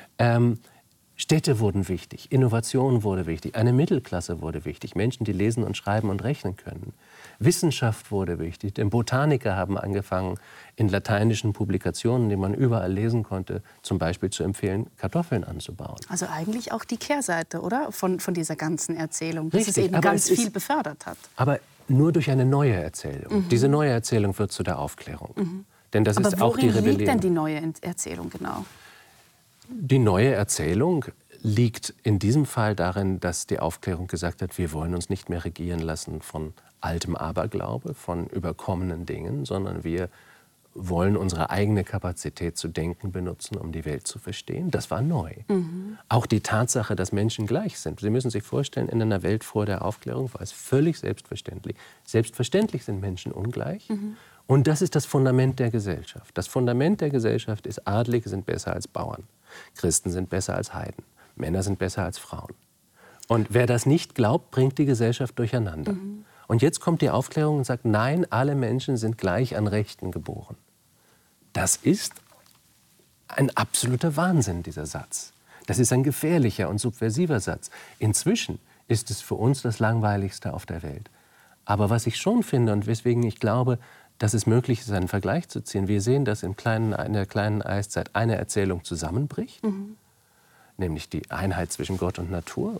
Städte wurden wichtig, Innovation wurde wichtig, eine Mittelklasse wurde wichtig, Menschen, die lesen und schreiben und rechnen können. Wissenschaft wurde wichtig, denn Botaniker haben angefangen, in lateinischen Publikationen, die man überall lesen konnte, zum Beispiel zu empfehlen, Kartoffeln anzubauen. Also eigentlich auch die Kehrseite, oder? Von dieser ganzen Erzählung, Richtig, dass es eben ganz viel befördert hat. Aber nur durch eine neue Erzählung. Diese neue Erzählung wird zu der Aufklärung. Denn das ist auch die Aber worin Rebellion. liegt denn die neue Erzählung genau? Die neue Erzählung liegt in diesem Fall darin, dass die Aufklärung gesagt hat, wir wollen uns nicht mehr regieren lassen von altem Aberglaube, von überkommenen Dingen, sondern wir wollen unsere eigene Kapazität zu denken benutzen, um die Welt zu verstehen. Das war neu. Auch die Tatsache, dass Menschen gleich sind. Sie müssen sich vorstellen, in einer Welt vor der Aufklärung war es völlig selbstverständlich. Selbstverständlich sind Menschen ungleich. Und das ist das Fundament der Gesellschaft. Das Fundament der Gesellschaft ist, Adlige sind besser als Bauern. Christen sind besser als Heiden. Männer sind besser als Frauen. Und wer das nicht glaubt, bringt die Gesellschaft durcheinander. Und jetzt kommt die Aufklärung und sagt, nein, alle Menschen sind gleich an Rechten geboren. Das ist ein absoluter Wahnsinn, dieser Satz. Das ist ein gefährlicher und subversiver Satz. Inzwischen ist es für uns das Langweiligste auf der Welt. Aber was ich schon finde und weswegen ich glaube, dass es möglich ist, einen Vergleich zu ziehen, wir sehen, dass in der kleinen Eiszeit eine Erzählung zusammenbricht, nämlich die Einheit zwischen Gott und Natur,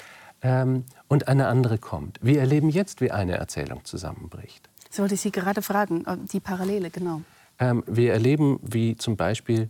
und eine andere kommt. Wir erleben jetzt, wie eine Erzählung zusammenbricht. Das wollte ich Sie gerade fragen, die Parallele, genau. Wir erleben, wie zum Beispiel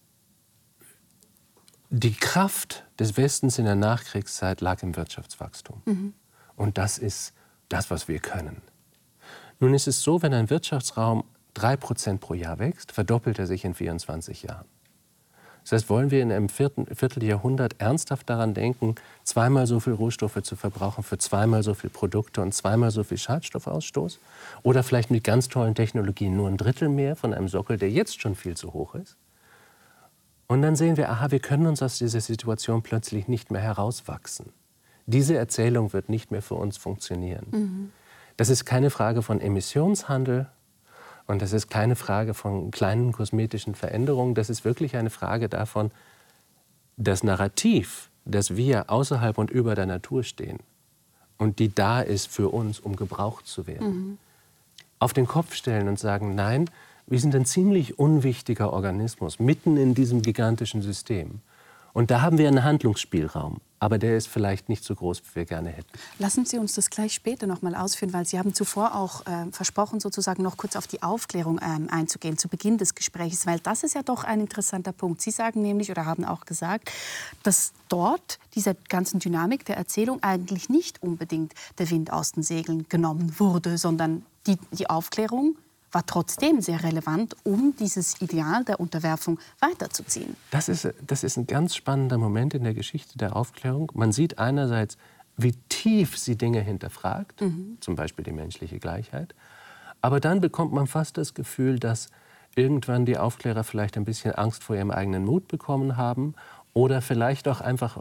die Kraft des Westens in der Nachkriegszeit lag im Wirtschaftswachstum. Und das ist das, was wir können. Nun ist es so, wenn ein Wirtschaftsraum 3% pro Jahr wächst, verdoppelt er sich in 24 Jahren. Das heißt, wollen wir in einem Vierteljahrhundert ernsthaft daran denken, zweimal so viel Rohstoffe zu verbrauchen für zweimal so viel Produkte und zweimal so viel Schadstoffausstoß? Oder vielleicht mit ganz tollen Technologien nur ein Drittel mehr von einem Sockel, der jetzt schon viel zu hoch ist? Und dann sehen wir, aha, wir können uns aus dieser Situation plötzlich nicht mehr herauswachsen. Diese Erzählung wird nicht mehr für uns funktionieren. Das ist keine Frage von Emissionshandel. Und das ist keine Frage von kleinen kosmetischen Veränderungen. Das ist wirklich eine Frage davon, das Narrativ, dass wir außerhalb und über der Natur stehen und die da ist für uns, um gebraucht zu werden, auf den Kopf stellen und sagen, nein, wir sind ein ziemlich unwichtiger Organismus, mitten in diesem gigantischen System. Und da haben wir einen Handlungsspielraum. Aber der ist vielleicht nicht so groß, wie wir gerne hätten. Lassen Sie uns das gleich später noch mal ausführen, weil Sie haben zuvor auch versprochen, sozusagen noch kurz auf die Aufklärung einzugehen, zu Beginn des Gesprächs, weil das ist ja doch ein interessanter Punkt. Sie sagen nämlich oder haben auch gesagt, dass dort dieser ganzen Dynamik der Erzählung eigentlich nicht unbedingt der Wind aus den Segeln genommen wurde, sondern die Aufklärung war trotzdem sehr relevant, um dieses Ideal der Unterwerfung weiterzuziehen. Das ist ein ganz spannender Moment in der Geschichte der Aufklärung. Man sieht einerseits, wie tief sie Dinge hinterfragt, zum Beispiel die menschliche Gleichheit. Aber dann bekommt man fast das Gefühl, dass irgendwann die Aufklärer vielleicht ein bisschen Angst vor ihrem eigenen Mut bekommen haben oder vielleicht auch einfach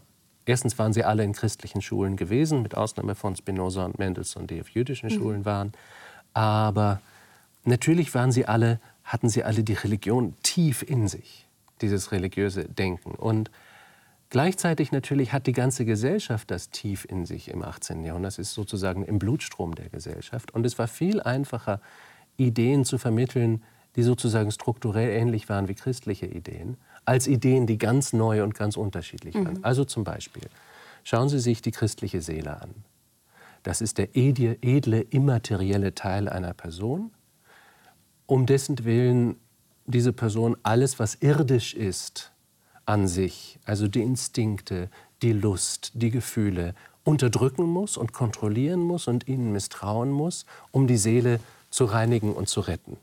Erstens waren sie alle in christlichen Schulen gewesen, mit Ausnahme von Spinoza und Mendelssohn, die auf jüdischen Schulen waren. Aber natürlich hatten sie alle die Religion tief in sich, dieses religiöse Denken. Und gleichzeitig natürlich hat die ganze Gesellschaft das tief in sich im 18. Jahrhundert. Das ist sozusagen im Blutstrom der Gesellschaft. Und es war viel einfacher, Ideen zu vermitteln, die sozusagen strukturell ähnlich waren wie christliche Ideen, als Ideen, die ganz neu und ganz unterschiedlich waren. Also zum Beispiel, schauen Sie sich die christliche Seele an. Das ist der edle, immaterielle Teil einer Person, um dessen Willen diese Person alles, was irdisch ist, an sich, also die Instinkte, die Lust, die Gefühle, unterdrücken muss und kontrollieren muss und ihnen misstrauen muss, um die Seele zu reinigen und zu retten.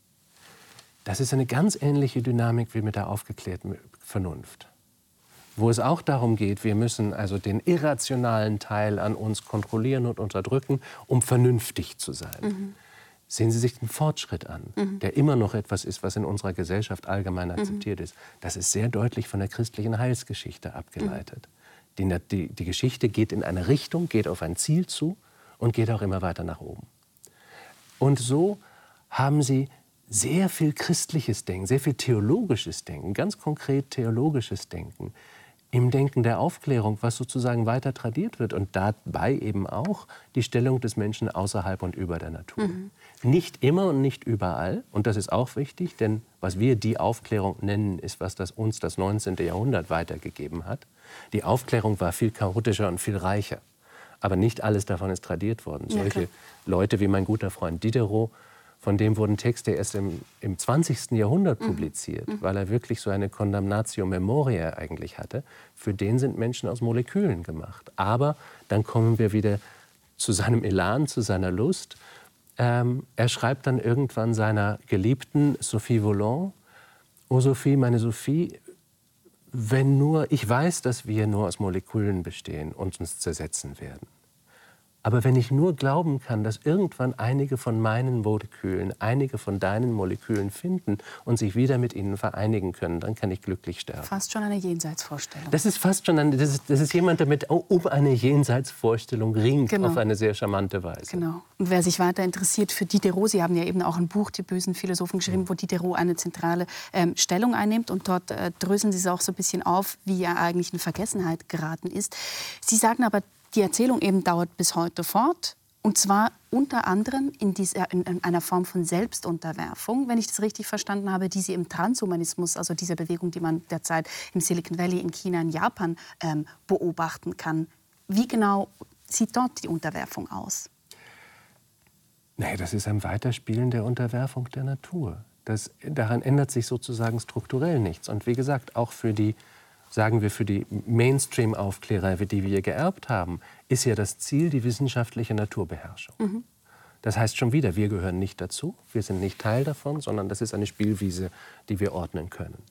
Das ist eine ganz ähnliche Dynamik wie mit der aufgeklärten Vernunft, wo es auch darum geht, wir müssen also den irrationalen Teil an uns kontrollieren und unterdrücken, um vernünftig zu sein. Sehen Sie sich den Fortschritt an, der immer noch etwas ist, was in unserer Gesellschaft allgemein akzeptiert ist. Das ist sehr deutlich von der christlichen Heilsgeschichte abgeleitet. Die Geschichte geht in eine Richtung, geht auf ein Ziel zu und geht auch immer weiter nach oben. Und so haben sie sehr viel christliches Denken, sehr viel theologisches Denken, ganz konkret theologisches Denken im Denken der Aufklärung, was sozusagen weiter tradiert wird und dabei eben auch die Stellung des Menschen außerhalb und über der Natur. Nicht immer und nicht überall, und das ist auch wichtig, denn was wir die Aufklärung nennen, ist, was uns das 19. Jahrhundert weitergegeben hat. Die Aufklärung war viel chaotischer und viel reicher, aber nicht alles davon ist tradiert worden. Ja, solche Leute wie mein guter Freund Diderot, von dem wurden Texte erst im 20. Jahrhundert publiziert, weil er wirklich so eine Condamnatio Memoriae eigentlich hatte. Für den sind Menschen aus Molekülen gemacht. Aber dann kommen wir wieder zu seinem Elan, zu seiner Lust. Er schreibt dann irgendwann seiner Geliebten Sophie Volant: "Oh Sophie, meine Sophie, wenn nur ich weiß, dass wir nur aus Molekülen bestehen und uns zersetzen werden. Aber wenn ich nur glauben kann, dass irgendwann einige von meinen Molekülen, einige von deinen Molekülen finden und sich wieder mit ihnen vereinigen können, dann kann ich glücklich sterben." Fast schon eine Jenseitsvorstellung. Das ist fast schon das ist jemand, der um eine Jenseitsvorstellung ringt, auf eine sehr charmante Weise. Genau. Und wer sich weiter interessiert für Diderot, Sie haben ja eben auch ein Buch, Die bösen Philosophen, geschrieben, wo Diderot eine zentrale Stellung einnimmt. Und dort dröseln Sie es auch so ein bisschen auf, wie er eigentlich in Vergessenheit geraten ist. Sie sagen aber, die Erzählung eben dauert bis heute fort, und zwar unter anderem in einer Form von Selbstunterwerfung, wenn ich das richtig verstanden habe, die Sie im Transhumanismus, also dieser Bewegung, die man derzeit im Silicon Valley, in China, in Japan beobachten kann. Wie genau sieht dort die Unterwerfung aus? Naja, das ist ein Weiterspielen der Unterwerfung der Natur. Daran ändert sich sozusagen strukturell nichts. Und wie gesagt, auch für die Mainstream-Aufklärer, die wir geerbt haben, ist ja das Ziel die wissenschaftliche Naturbeherrschung. Das heißt schon wieder, wir gehören nicht dazu, wir sind nicht Teil davon, sondern das ist eine Spielwiese, die wir ordnen können.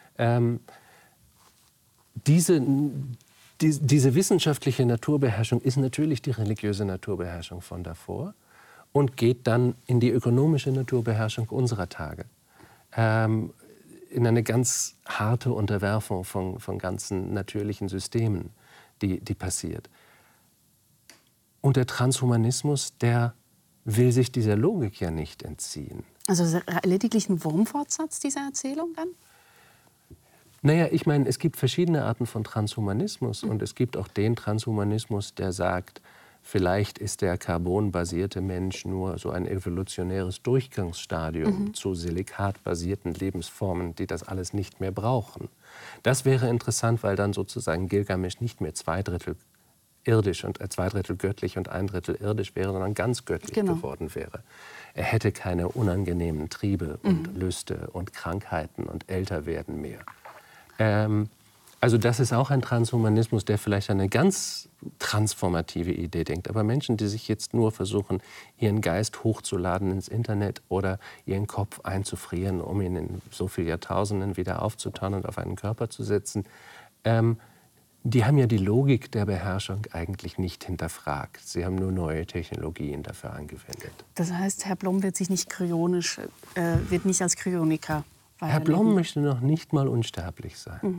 Diese wissenschaftliche Naturbeherrschung ist natürlich die religiöse Naturbeherrschung von davor und geht dann in die ökonomische Naturbeherrschung unserer Tage. In eine ganz harte Unterwerfung von ganzen natürlichen Systemen, die passiert. Und der Transhumanismus, der will sich dieser Logik ja nicht entziehen. Also lediglich ein Wurmfortsatz dieser Erzählung dann? Naja, ich meine, es gibt verschiedene Arten von Transhumanismus. Und es gibt auch den Transhumanismus, der sagt, vielleicht ist der carbonbasierte Mensch nur so ein evolutionäres Durchgangsstadium zu silikatbasierten Lebensformen, die das alles nicht mehr brauchen. Das wäre interessant, weil dann sozusagen Gilgamesch nicht mehr 2/3 irdisch und 2/3 göttlich und 1/3 irdisch wäre, sondern ganz göttlich geworden wäre. Er hätte keine unangenehmen Triebe und Lüste und Krankheiten und Älterwerden mehr. Also das ist auch ein Transhumanismus, der vielleicht eine ganz transformative Idee denkt. Aber Menschen, die sich jetzt nur versuchen, ihren Geist hochzuladen ins Internet oder ihren Kopf einzufrieren, um ihn in so vielen Jahrtausenden wieder aufzutauen und auf einen Körper zu setzen, die haben ja die Logik der Beherrschung eigentlich nicht hinterfragt. Sie haben nur neue Technologien dafür angewendet. Das heißt, Herr Blom wird sich nicht wird nicht als Kryoniker weiterleben. Herr Blom möchte noch nicht mal unsterblich sein.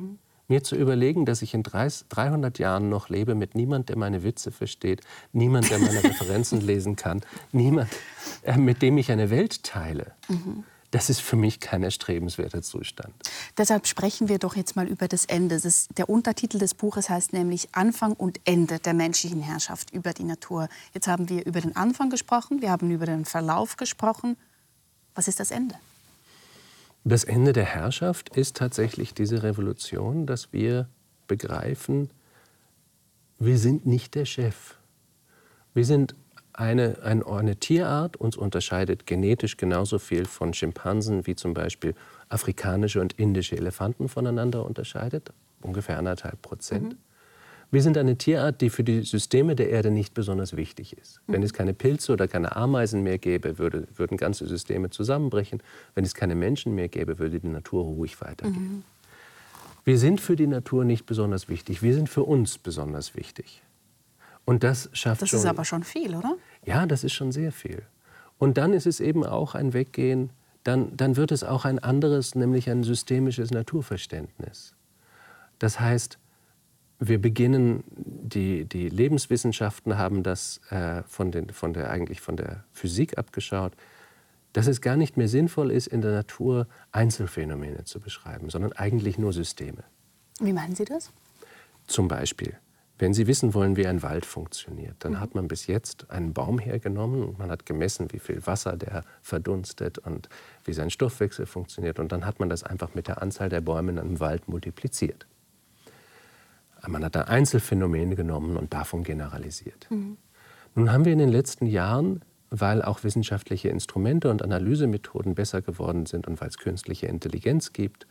mir zu überlegen, dass ich in 300 Jahren noch lebe mit niemand, der meine Witze versteht, niemand, der meine Referenzen lesen kann, niemand, mit dem ich eine Welt teile. Das ist für mich kein erstrebenswerter Zustand. Deshalb sprechen wir doch jetzt mal über das Ende. Der Untertitel des Buches heißt nämlich Anfang und Ende der menschlichen Herrschaft über die Natur. Jetzt haben wir über den Anfang gesprochen, wir haben über den Verlauf gesprochen. Was ist das Ende? Das Ende der Herrschaft ist tatsächlich diese Revolution, dass wir begreifen, wir sind nicht der Chef. Wir sind eine Tierart, uns unterscheidet genetisch genauso viel von Schimpansen, wie zum Beispiel afrikanische und indische Elefanten voneinander unterscheidet, ungefähr 1,5%. Wir sind eine Tierart, die für die Systeme der Erde nicht besonders wichtig ist. Wenn es keine Pilze oder keine Ameisen mehr gäbe, würden ganze Systeme zusammenbrechen. Wenn es keine Menschen mehr gäbe, würde die Natur ruhig weitergehen. Wir sind für die Natur nicht besonders wichtig, wir sind für uns besonders wichtig. Und das schafft Das ist aber schon viel, oder? Ja, das ist schon sehr viel. Und dann ist es eben auch ein Weggehen, dann wird es auch ein anderes, nämlich ein systemisches Naturverständnis. Das heißt, wir beginnen, die Lebenswissenschaften haben das von der Physik abgeschaut, dass es gar nicht mehr sinnvoll ist, in der Natur Einzelfänomene zu beschreiben, sondern eigentlich nur Systeme. Wie meinen Sie das? Zum Beispiel, wenn Sie wissen wollen, wie ein Wald funktioniert, dann hat man bis jetzt einen Baum hergenommen und man hat gemessen, wie viel Wasser der verdunstet und wie sein Stoffwechsel funktioniert. Und dann hat man das einfach mit der Anzahl der Bäume in einem Wald multipliziert. Man hat da Einzelfänomene genommen und davon generalisiert. Nun haben wir in den letzten Jahren, weil auch wissenschaftliche Instrumente und Analysemethoden besser geworden sind und weil es künstliche Intelligenz gibt,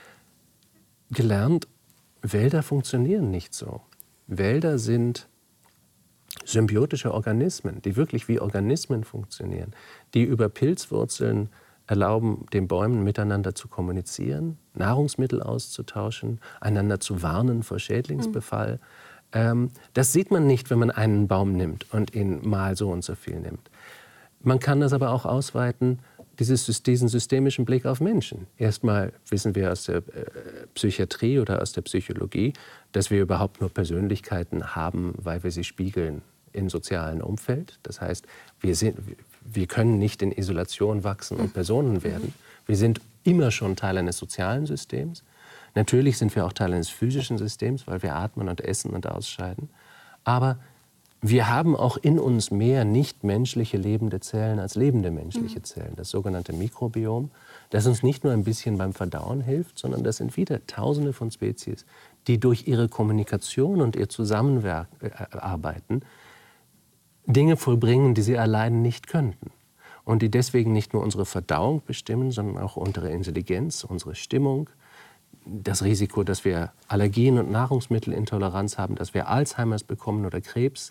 gelernt, Wälder funktionieren nicht so. Wälder sind symbiotische Organismen, die wirklich wie Organismen funktionieren, die über Pilzwurzeln erlauben, den Bäumen miteinander zu kommunizieren, Nahrungsmittel auszutauschen, einander zu warnen vor Schädlingsbefall. Das sieht man nicht, wenn man einen Baum nimmt und ihn mal so und so viel nimmt. Man kann das aber auch ausweiten, diesen systemischen Blick auf Menschen. Erstmal wissen wir aus der Psychiatrie oder aus der Psychologie, dass wir überhaupt nur Persönlichkeiten haben, weil wir sie spiegeln im sozialen Umfeld. Das heißt, wir können nicht in Isolation wachsen und Personen werden. Wir sind immer schon Teil eines sozialen Systems. Natürlich sind wir auch Teil eines physischen Systems, weil wir atmen und essen und ausscheiden. Aber wir haben auch in uns mehr nicht-menschliche lebende Zellen als lebende menschliche Zellen. Das sogenannte Mikrobiom, das uns nicht nur ein bisschen beim Verdauen hilft, sondern das sind wieder Tausende von Spezies, die durch ihre Kommunikation und ihr Zusammenarbeiten Dinge vollbringen, die sie allein nicht könnten. Und die deswegen nicht nur unsere Verdauung bestimmen, sondern auch unsere Intelligenz, unsere Stimmung, das Risiko, dass wir Allergien und Nahrungsmittelintoleranz haben, dass wir Alzheimers bekommen oder Krebs.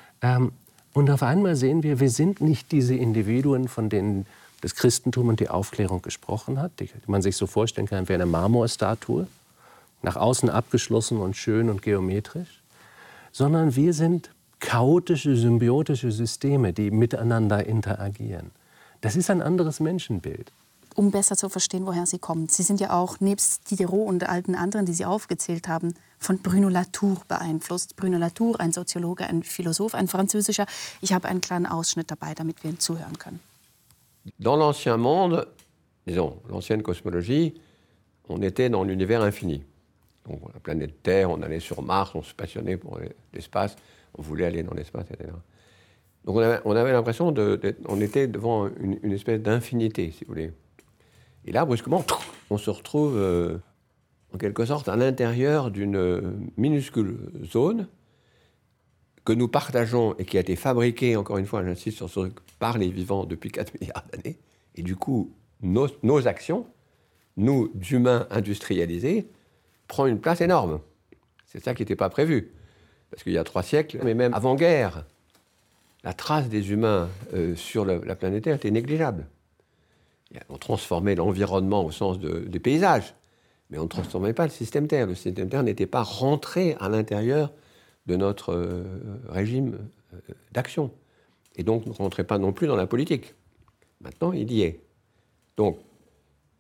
Und auf einmal sehen wir sind nicht diese Individuen, von denen das Christentum und die Aufklärung gesprochen hat, die man sich so vorstellen kann wie eine Marmorstatue, nach außen abgeschlossen und schön und geometrisch, sondern wir sind chaotische, symbiotische Systeme, die miteinander interagieren. Das ist ein anderes Menschenbild. Um besser zu verstehen, woher Sie kommen. Sie sind ja auch nebst Diderot und alten anderen, die Sie aufgezählt haben, von Bruno Latour beeinflusst. Bruno Latour, ein Soziologe, ein Philosoph, ein französischer. Ich habe einen kleinen Ausschnitt dabei, damit wir ihm zuhören können. Dans l'ancien monde, disons, l'ancienne cosmologie, on était dans l'univers infini. Donc la planète Terre, on allait sur Mars, on se passionnait pour l'espace, on voulait aller dans l'espace, etc. Donc on avait l'impression on était devant une espèce d'infinité, si vous voulez. Et là, brusquement, on se retrouve en quelque sorte à l'intérieur d'une minuscule zone que nous partageons et qui a été fabriquée, encore une fois, j'insiste sur ce truc, par les vivants depuis 4 milliards d'années. Et du coup, nos actions, nous, humains industrialisés, prend une place énorme. C'est ça qui n'était pas prévu. Parce qu'il y a 3 siècles, mais même avant-guerre, la trace des humains sur la planète Terre était négligeable. On transformait l'environnement au sens des paysages, mais on ne transformait pas le système Terre. Le système Terre n'était pas rentré à l'intérieur de notre régime d'action. Et donc ne rentrait pas non plus dans la politique. Maintenant, il y est. Donc,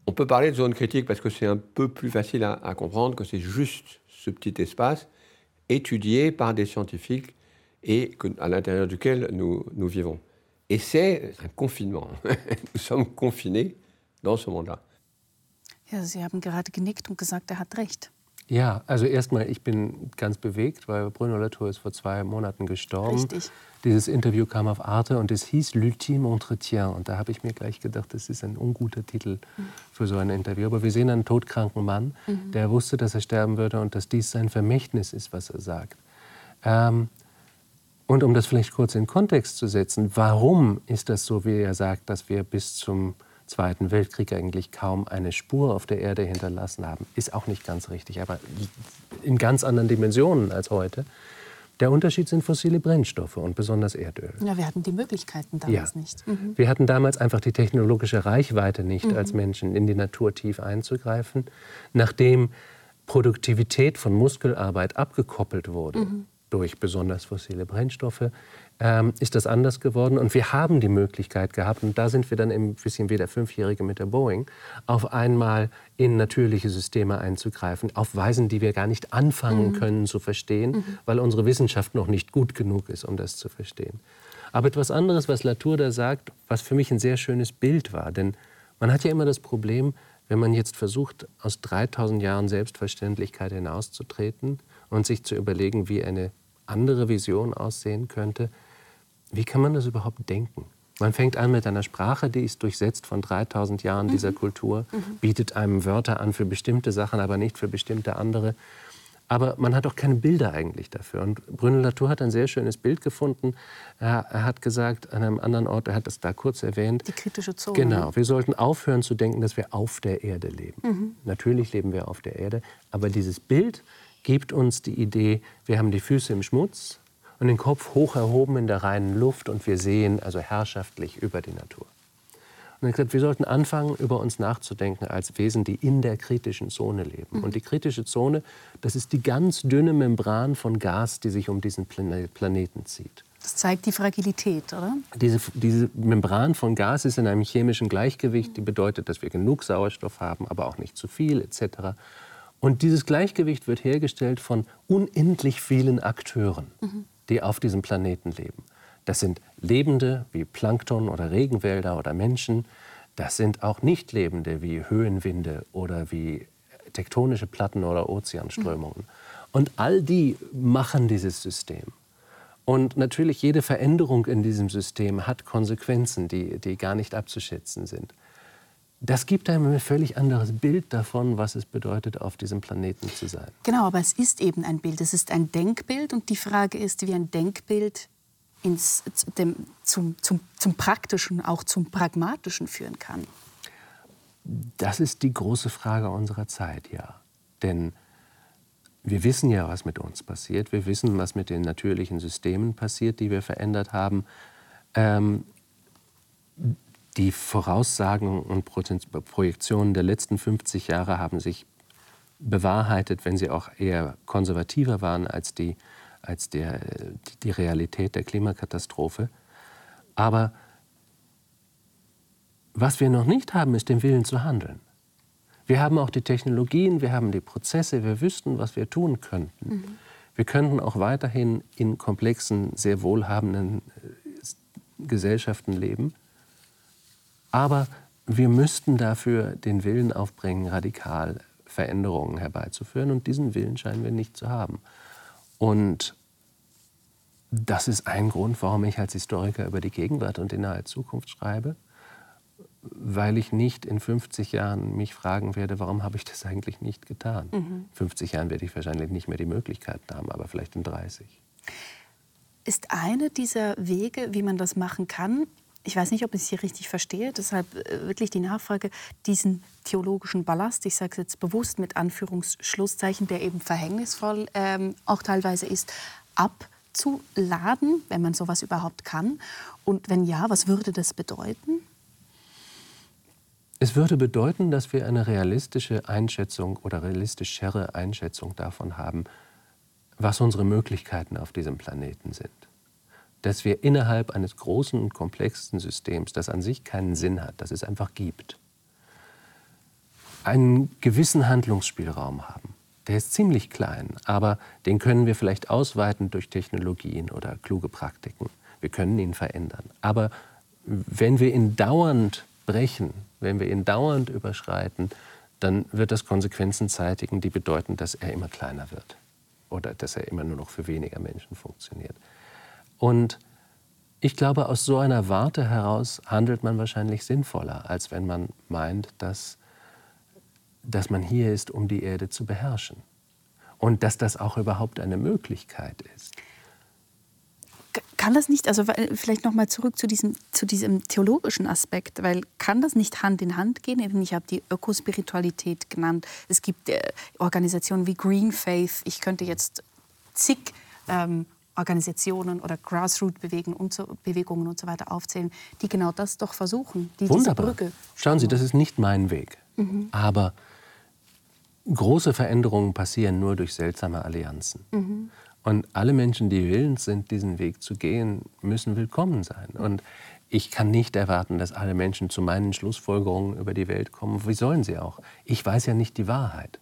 On peut parler de zone critique parce que c'est un peu plus facile à comprendre que c'est juste ce petit espace étudié par des scientifiques et à l'intérieur duquel nous vivons. Et c'est un confinement. Nous sommes confinés dans ce monde-là. Ja, Sie haben gerade genickt und gesagt, hat recht. Ja, also erstmal, ich bin ganz bewegt, weil Bruno Latour ist vor 2 Monaten gestorben. Richtig. Dieses Interview kam auf Arte und es hieß L'ultime entretien. Und da habe ich mir gleich gedacht, das ist ein unguter Titel für so ein Interview. Aber wir sehen einen todkranken Mann, der wusste, dass er sterben würde und dass dies sein Vermächtnis ist, was er sagt. Und um das vielleicht kurz in Kontext zu setzen, warum ist das so, wie er sagt, dass wir bis zum Zweiten Weltkrieg eigentlich kaum eine Spur auf der Erde hinterlassen haben, ist auch nicht ganz richtig, aber in ganz anderen Dimensionen als heute. Der Unterschied sind fossile Brennstoffe und besonders Erdöl. Ja, wir hatten die Möglichkeiten damals nicht. Wir hatten damals einfach die technologische Reichweite nicht, als Menschen in die Natur tief einzugreifen. Nachdem Produktivität von Muskelarbeit abgekoppelt wurde durch besonders fossile Brennstoffe, ist das anders geworden. Und wir haben die Möglichkeit gehabt, und da sind wir dann ein bisschen wie der 5-Jährige mit der Boeing, auf einmal in natürliche Systeme einzugreifen, auf Weisen, die wir gar nicht anfangen können zu verstehen, weil unsere Wissenschaft noch nicht gut genug ist, um das zu verstehen. Aber etwas anderes, was Latour da sagt, was für mich ein sehr schönes Bild war, denn man hat ja immer das Problem, wenn man jetzt versucht, aus 3000 Jahren Selbstverständlichkeit hinauszutreten und sich zu überlegen, wie eine andere Vision aussehen könnte, wie kann man das überhaupt denken? Man fängt an mit einer Sprache, die ist durchsetzt von 3000 Jahren dieser Kultur, bietet einem Wörter an für bestimmte Sachen, aber nicht für bestimmte andere. Aber man hat auch keine Bilder eigentlich dafür. Und Bruno Latour hat ein sehr schönes Bild gefunden. Er hat gesagt, an einem anderen Ort, er hat das da kurz erwähnt. Die kritische Zone. Genau, wir sollten aufhören zu denken, dass wir auf der Erde leben. Natürlich leben wir auf der Erde, aber dieses Bild gibt uns die Idee, wir haben die Füße im Schmutz und den Kopf hoch erhoben in der reinen Luft und wir sehen also herrschaftlich über die Natur. Und er hat gesagt, wir sollten anfangen, über uns nachzudenken als Wesen, die in der kritischen Zone leben. Und die kritische Zone, das ist die ganz dünne Membran von Gas, die sich um diesen Planeten zieht. Das zeigt die Fragilität, oder? Diese Membran von Gas ist in einem chemischen Gleichgewicht, die bedeutet, dass wir genug Sauerstoff haben, aber auch nicht zu viel etc. Und dieses Gleichgewicht wird hergestellt von unendlich vielen Akteuren, die auf diesem Planeten leben. Das sind Lebende wie Plankton oder Regenwälder oder Menschen. Das sind auch Nichtlebende wie Höhenwinde oder wie tektonische Platten oder Ozeanströmungen. Und all die machen dieses System. Und natürlich jede Veränderung in diesem System hat Konsequenzen, die gar nicht abzuschätzen sind. Das gibt einem ein völlig anderes Bild davon, was es bedeutet, auf diesem Planeten zu sein. Genau, aber es ist eben ein Bild. Es ist ein Denkbild. Und die Frage ist, wie ein Denkbild zum Praktischen, auch zum Pragmatischen führen kann. Das ist die große Frage unserer Zeit, ja. Denn wir wissen ja, was mit uns passiert. Wir wissen, was mit den natürlichen Systemen passiert, die wir verändert haben. Die Voraussagen und Projektionen der letzten 50 Jahre haben sich bewahrheitet, wenn sie auch eher konservativer waren als die Realität der Klimakatastrophe. Aber was wir noch nicht haben, ist den Willen zu handeln. Wir haben auch die Technologien, wir haben die Prozesse, wir wüssten, was wir tun könnten. Wir könnten auch weiterhin in komplexen, sehr wohlhabenden Gesellschaften leben. Aber wir müssten dafür den Willen aufbringen, radikal Veränderungen herbeizuführen. Und diesen Willen scheinen wir nicht zu haben. Und das ist ein Grund, warum ich als Historiker über die Gegenwart und die nahe Zukunft schreibe. Weil ich nicht in 50 Jahren mich fragen werde, warum habe ich das eigentlich nicht getan. In 50 Jahren werde ich wahrscheinlich nicht mehr die Möglichkeiten haben, aber vielleicht in 30. Ist eine dieser Wege, wie man das machen kann, ich weiß nicht, ob ich es hier richtig verstehe, deshalb wirklich die Nachfrage, diesen theologischen Ballast, ich sage es jetzt bewusst mit Anführungsschlusszeichen, der eben verhängnisvoll auch teilweise ist, abzuladen, wenn man sowas überhaupt kann? Und wenn ja, was würde das bedeuten? Es würde bedeuten, dass wir eine realistische Einschätzung oder realistischere Einschätzung davon haben, was unsere Möglichkeiten auf diesem Planeten sind. Dass wir innerhalb eines großen und komplexen Systems, das an sich keinen Sinn hat, das es einfach gibt, einen gewissen Handlungsspielraum haben. Der ist ziemlich klein, aber den können wir vielleicht ausweiten durch Technologien oder kluge Praktiken. Wir können ihn verändern. Aber wenn wir ihn dauernd brechen, wenn wir ihn dauernd überschreiten, dann wird das Konsequenzen zeitigen, die bedeuten, dass er immer kleiner wird oder dass er immer nur noch für weniger Menschen funktioniert. Und ich glaube, aus so einer Warte heraus handelt man wahrscheinlich sinnvoller, als wenn man meint, dass man hier ist, um die Erde zu beherrschen. Und dass das auch überhaupt eine Möglichkeit ist. Kann das nicht, also vielleicht noch mal zurück zu diesem theologischen Aspekt, weil kann das nicht Hand in Hand gehen? Eben, ich habe die Ökospiritualität genannt. Es gibt Organisationen wie Green Faith. Ich könnte jetzt zig Organisationen oder Grassroot-Bewegungen und so weiter aufzählen, die genau das doch versuchen, diese Brücke. Schauen Sie, das ist nicht mein Weg. Aber große Veränderungen passieren nur durch seltsame Allianzen. Und alle Menschen, die willens sind, diesen Weg zu gehen, müssen willkommen sein. Und ich kann nicht erwarten, dass alle Menschen zu meinen Schlussfolgerungen über die Welt kommen. Wie sollen sie auch? Ich weiß ja nicht die Wahrheit.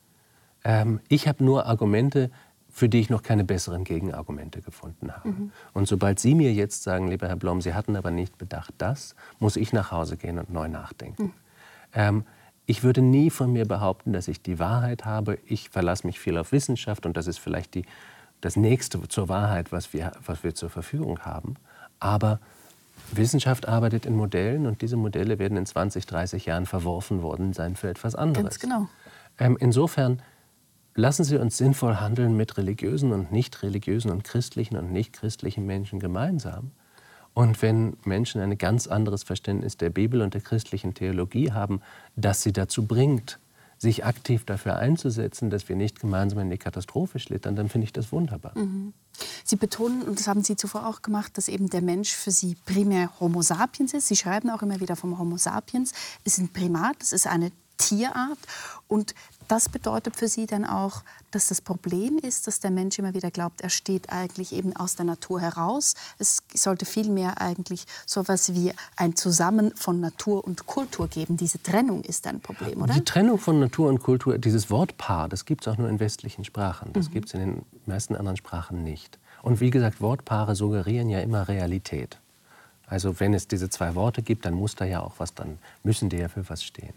Ich habe nur Argumente, für die ich noch keine besseren Gegenargumente gefunden habe. Und sobald Sie mir jetzt sagen, lieber Herr Blom, Sie hatten aber nicht bedacht, das, muss ich nach Hause gehen und neu nachdenken. Ich würde nie von mir behaupten, dass ich die Wahrheit habe. Ich verlasse mich viel auf Wissenschaft und das ist vielleicht das Nächste zur Wahrheit, was wir zur Verfügung haben. Aber Wissenschaft arbeitet in Modellen und diese Modelle werden in 20, 30 Jahren verworfen worden sein für etwas anderes. Ganz genau. Insofern lassen Sie uns sinnvoll handeln mit religiösen und nicht religiösen und christlichen und nicht christlichen Menschen gemeinsam. Und wenn Menschen ein ganz anderes Verständnis der Bibel und der christlichen Theologie haben, das sie dazu bringt, sich aktiv dafür einzusetzen, dass wir nicht gemeinsam in die Katastrophe schlittern, dann finde ich das wunderbar. Sie betonen, und das haben Sie zuvor auch gemacht, dass eben der Mensch für Sie primär Homo sapiens ist. Sie schreiben auch immer wieder vom Homo sapiens. Es ist ein Primat, es ist eine Tierart. Und das bedeutet für Sie dann auch, dass das Problem ist, dass der Mensch immer wieder glaubt, er steht eigentlich eben aus der Natur heraus. Es sollte vielmehr eigentlich so etwas wie ein Zusammen von Natur und Kultur geben. Diese Trennung ist ein Problem, oder? Die Trennung von Natur und Kultur, dieses Wort Paar, das gibt es auch nur in westlichen Sprachen. Das gibt es in den meisten anderen Sprachen nicht. Und wie gesagt, Wortpaare suggerieren ja immer Realität. Also wenn es diese zwei Worte gibt, dann muss da ja auch was, dann müssen die ja für was stehen.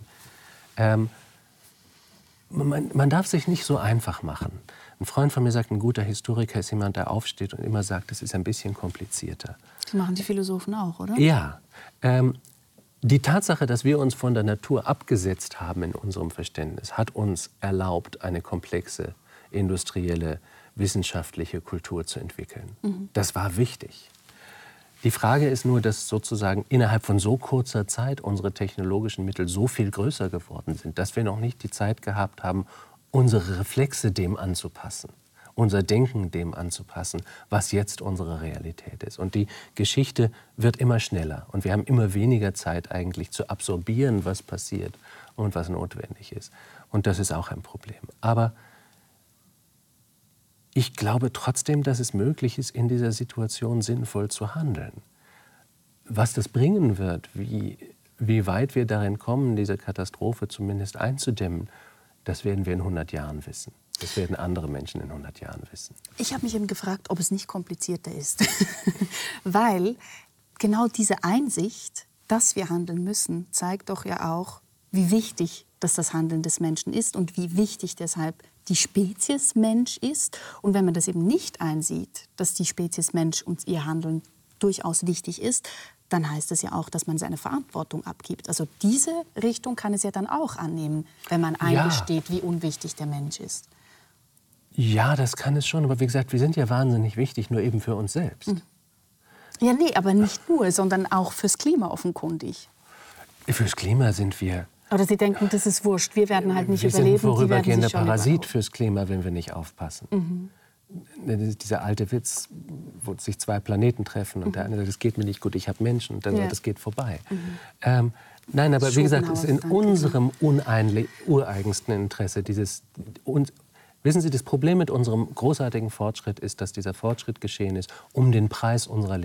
Man darf sich nicht so einfach machen. Ein Freund von mir sagt, ein guter Historiker ist jemand, der aufsteht und immer sagt, es ist ein bisschen komplizierter. Das machen die Philosophen auch, oder? Ja. Die Tatsache, dass wir uns von der Natur abgesetzt haben in unserem Verständnis, hat uns erlaubt, eine komplexe, industrielle, wissenschaftliche Kultur zu entwickeln. Das war wichtig. Die Frage ist nur, dass sozusagen innerhalb von so kurzer Zeit unsere technologischen Mittel so viel größer geworden sind, dass wir noch nicht die Zeit gehabt haben, unsere Reflexe dem anzupassen, unser Denken dem anzupassen, was jetzt unsere Realität ist. Und die Geschichte wird immer schneller und wir haben immer weniger Zeit eigentlich zu absorbieren, was passiert und was notwendig ist. Und das ist auch ein Problem. Aber ich glaube trotzdem, dass es möglich ist, in dieser Situation sinnvoll zu handeln. Was das bringen wird, wie weit wir darin kommen, diese Katastrophe zumindest einzudämmen, das werden wir in 100 Jahren wissen. Das werden andere Menschen in 100 Jahren wissen. Ich habe mich eben gefragt, ob es nicht komplizierter ist. Weil genau diese Einsicht, dass wir handeln müssen, zeigt doch ja auch, wie wichtig das Handeln des Menschen ist und wie wichtig deshalb die Spezies Mensch ist. Und wenn man das eben nicht einsieht, dass die Spezies Mensch und ihr Handeln durchaus wichtig ist, dann heißt das ja auch, dass man seine Verantwortung abgibt. Also diese Richtung kann es ja dann auch annehmen, wenn man eingesteht, wie unwichtig der Mensch ist. Ja, das kann es schon. Aber wie gesagt, wir sind ja wahnsinnig wichtig, nur eben für uns selbst. Ja, nee, aber nicht nur, sondern auch fürs Klima offenkundig. Fürs Klima sind wir... Oder Sie denken, das ist wurscht, wir werden halt nicht überleben. Wir sind ein vorübergehender Parasit fürs Klima, wenn wir nicht aufpassen. Dieser alte Witz, wo sich zwei Planeten treffen und der eine sagt, das geht mir nicht gut, ich habe Menschen, und dann sagt, das geht vorbei. Nein, aber wie gesagt, es ist in unserem ureigensten Interesse, wissen Sie, das Problem mit unserem großartigen Fortschritt ist, dass dieser Fortschritt geschehen ist um den Preis unserer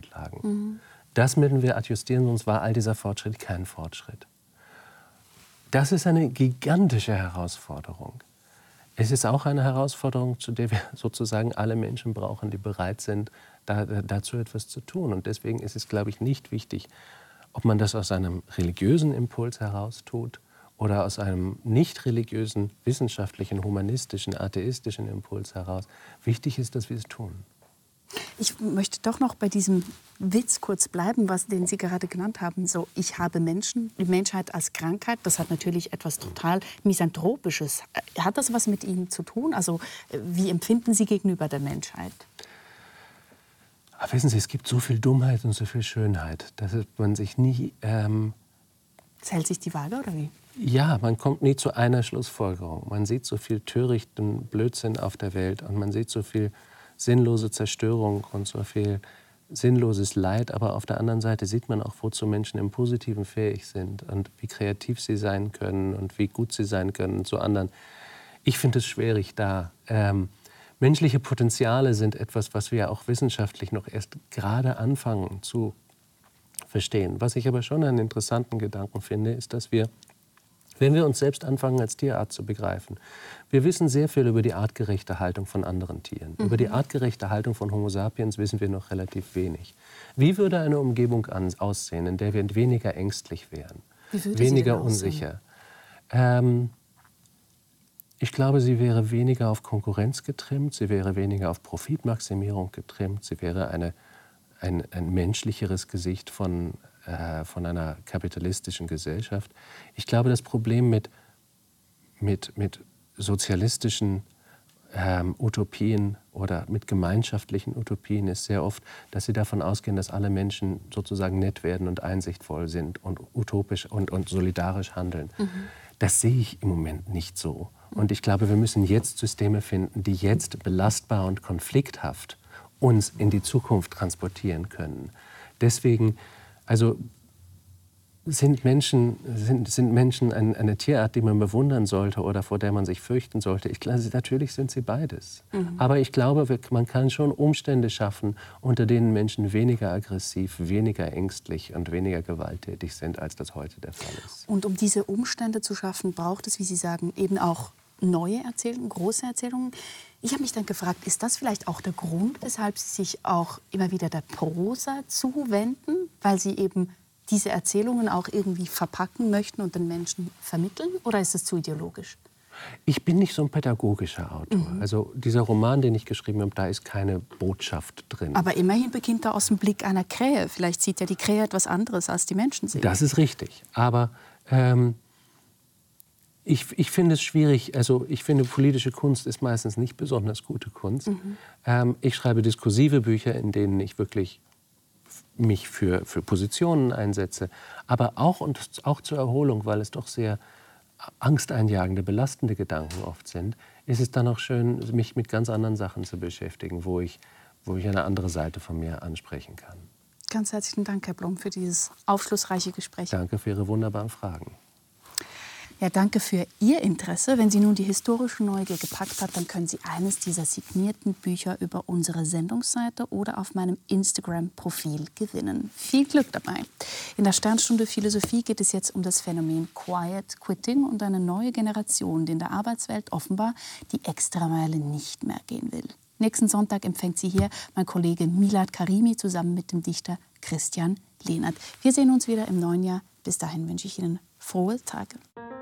Lebensgrundlagen. Das müssen wir adjustieren, sonst war all dieser Fortschritt kein Fortschritt. Das ist eine gigantische Herausforderung. Es ist auch eine Herausforderung, zu der wir sozusagen alle Menschen brauchen, die bereit sind, dazu etwas zu tun. Und deswegen ist es, glaube ich, nicht wichtig, ob man das aus einem religiösen Impuls heraus tut oder aus einem nicht religiösen, wissenschaftlichen, humanistischen, atheistischen Impuls heraus. Wichtig ist, dass wir es tun. Ich möchte doch noch bei diesem Witz kurz bleiben, den Sie gerade genannt haben. So, ich habe die Menschheit als Krankheit. Das hat natürlich etwas total Misanthropisches. Hat das was mit Ihnen zu tun? Also, wie empfinden Sie gegenüber der Menschheit? Aber wissen Sie, es gibt so viel Dummheit und so viel Schönheit, dass man sich nie... Es hält sich die Waage, oder wie? Ja, man kommt nie zu einer Schlussfolgerung. Man sieht so viel törichten Blödsinn auf der Welt und man sieht so viel sinnlose Zerstörung und so viel sinnloses Leid. Aber auf der anderen Seite sieht man auch, wozu Menschen im Positiven fähig sind und wie kreativ sie sein können und wie gut sie sein können zu anderen. Ich finde es schwierig da. Menschliche Potenziale sind etwas, was wir auch wissenschaftlich noch erst gerade anfangen zu verstehen. Was ich aber schon einen interessanten Gedanken finde, ist, dass wir, wenn wir uns selbst anfangen, als Tierart zu begreifen, wir wissen sehr viel über die artgerechte Haltung von anderen Tieren. Über die artgerechte Haltung von Homo sapiens wissen wir noch relativ wenig. Wie würde eine Umgebung aussehen, in der wir weniger ängstlich wären, weniger unsicher? Ich glaube, sie wäre weniger auf Konkurrenz getrimmt, sie wäre weniger auf Profitmaximierung getrimmt, sie wäre ein menschlicheres Gesicht von einer kapitalistischen Gesellschaft. Ich glaube, das Problem mit sozialistischen Utopien oder mit gemeinschaftlichen Utopien ist sehr oft, dass sie davon ausgehen, dass alle Menschen sozusagen nett werden und einsichtvoll sind und utopisch und solidarisch handeln. Das sehe ich im Moment nicht so. Und ich glaube, wir müssen jetzt Systeme finden, die jetzt belastbar und konflikthaft uns in die Zukunft transportieren können. Deswegen, also sind Menschen eine Tierart, die man bewundern sollte oder vor der man sich fürchten sollte? Ich glaube, natürlich sind sie beides. Aber ich glaube, man kann schon Umstände schaffen, unter denen Menschen weniger aggressiv, weniger ängstlich und weniger gewalttätig sind, als das heute der Fall ist. Und um diese Umstände zu schaffen, braucht es, wie Sie sagen, eben auch neue Erzählungen, große Erzählungen. Ich habe mich dann gefragt, ist das vielleicht auch der Grund, weshalb Sie sich auch immer wieder der Prosa zuwenden, weil Sie eben diese Erzählungen auch irgendwie verpacken möchten und den Menschen vermitteln? Oder ist es zu ideologisch? Ich bin nicht so ein pädagogischer Autor. Also dieser Roman, den ich geschrieben habe, da ist keine Botschaft drin. Aber immerhin beginnt er aus dem Blick einer Krähe. Vielleicht sieht ja die Krähe etwas anderes, als die Menschen sehen. Das ist richtig. Aber ich finde es schwierig. Also ich finde, politische Kunst ist meistens nicht besonders gute Kunst. Ich schreibe diskursive Bücher, in denen ich wirklich mich für Positionen einsetze, aber auch zur Erholung, weil es doch sehr angsteinjagende, belastende Gedanken oft sind, ist es dann auch schön, mich mit ganz anderen Sachen zu beschäftigen, wo ich eine andere Seite von mir ansprechen kann. Ganz herzlichen Dank, Herr Blom, für dieses aufschlussreiche Gespräch. Danke für Ihre wunderbaren Fragen. Ja, danke für Ihr Interesse. Wenn Sie nun die historische Neugier gepackt hat, dann können Sie eines dieser signierten Bücher über unsere Sendungsseite oder auf meinem Instagram-Profil gewinnen. Viel Glück dabei. In der Sternstunde Philosophie geht es jetzt um das Phänomen Quiet Quitting und eine neue Generation, die in der Arbeitswelt offenbar die Extrameile nicht mehr gehen will. Nächsten Sonntag empfängt Sie hier mein Kollege Milad Karimi zusammen mit dem Dichter Christian Lehnert. Wir sehen uns wieder im neuen Jahr. Bis dahin wünsche ich Ihnen frohe Tage.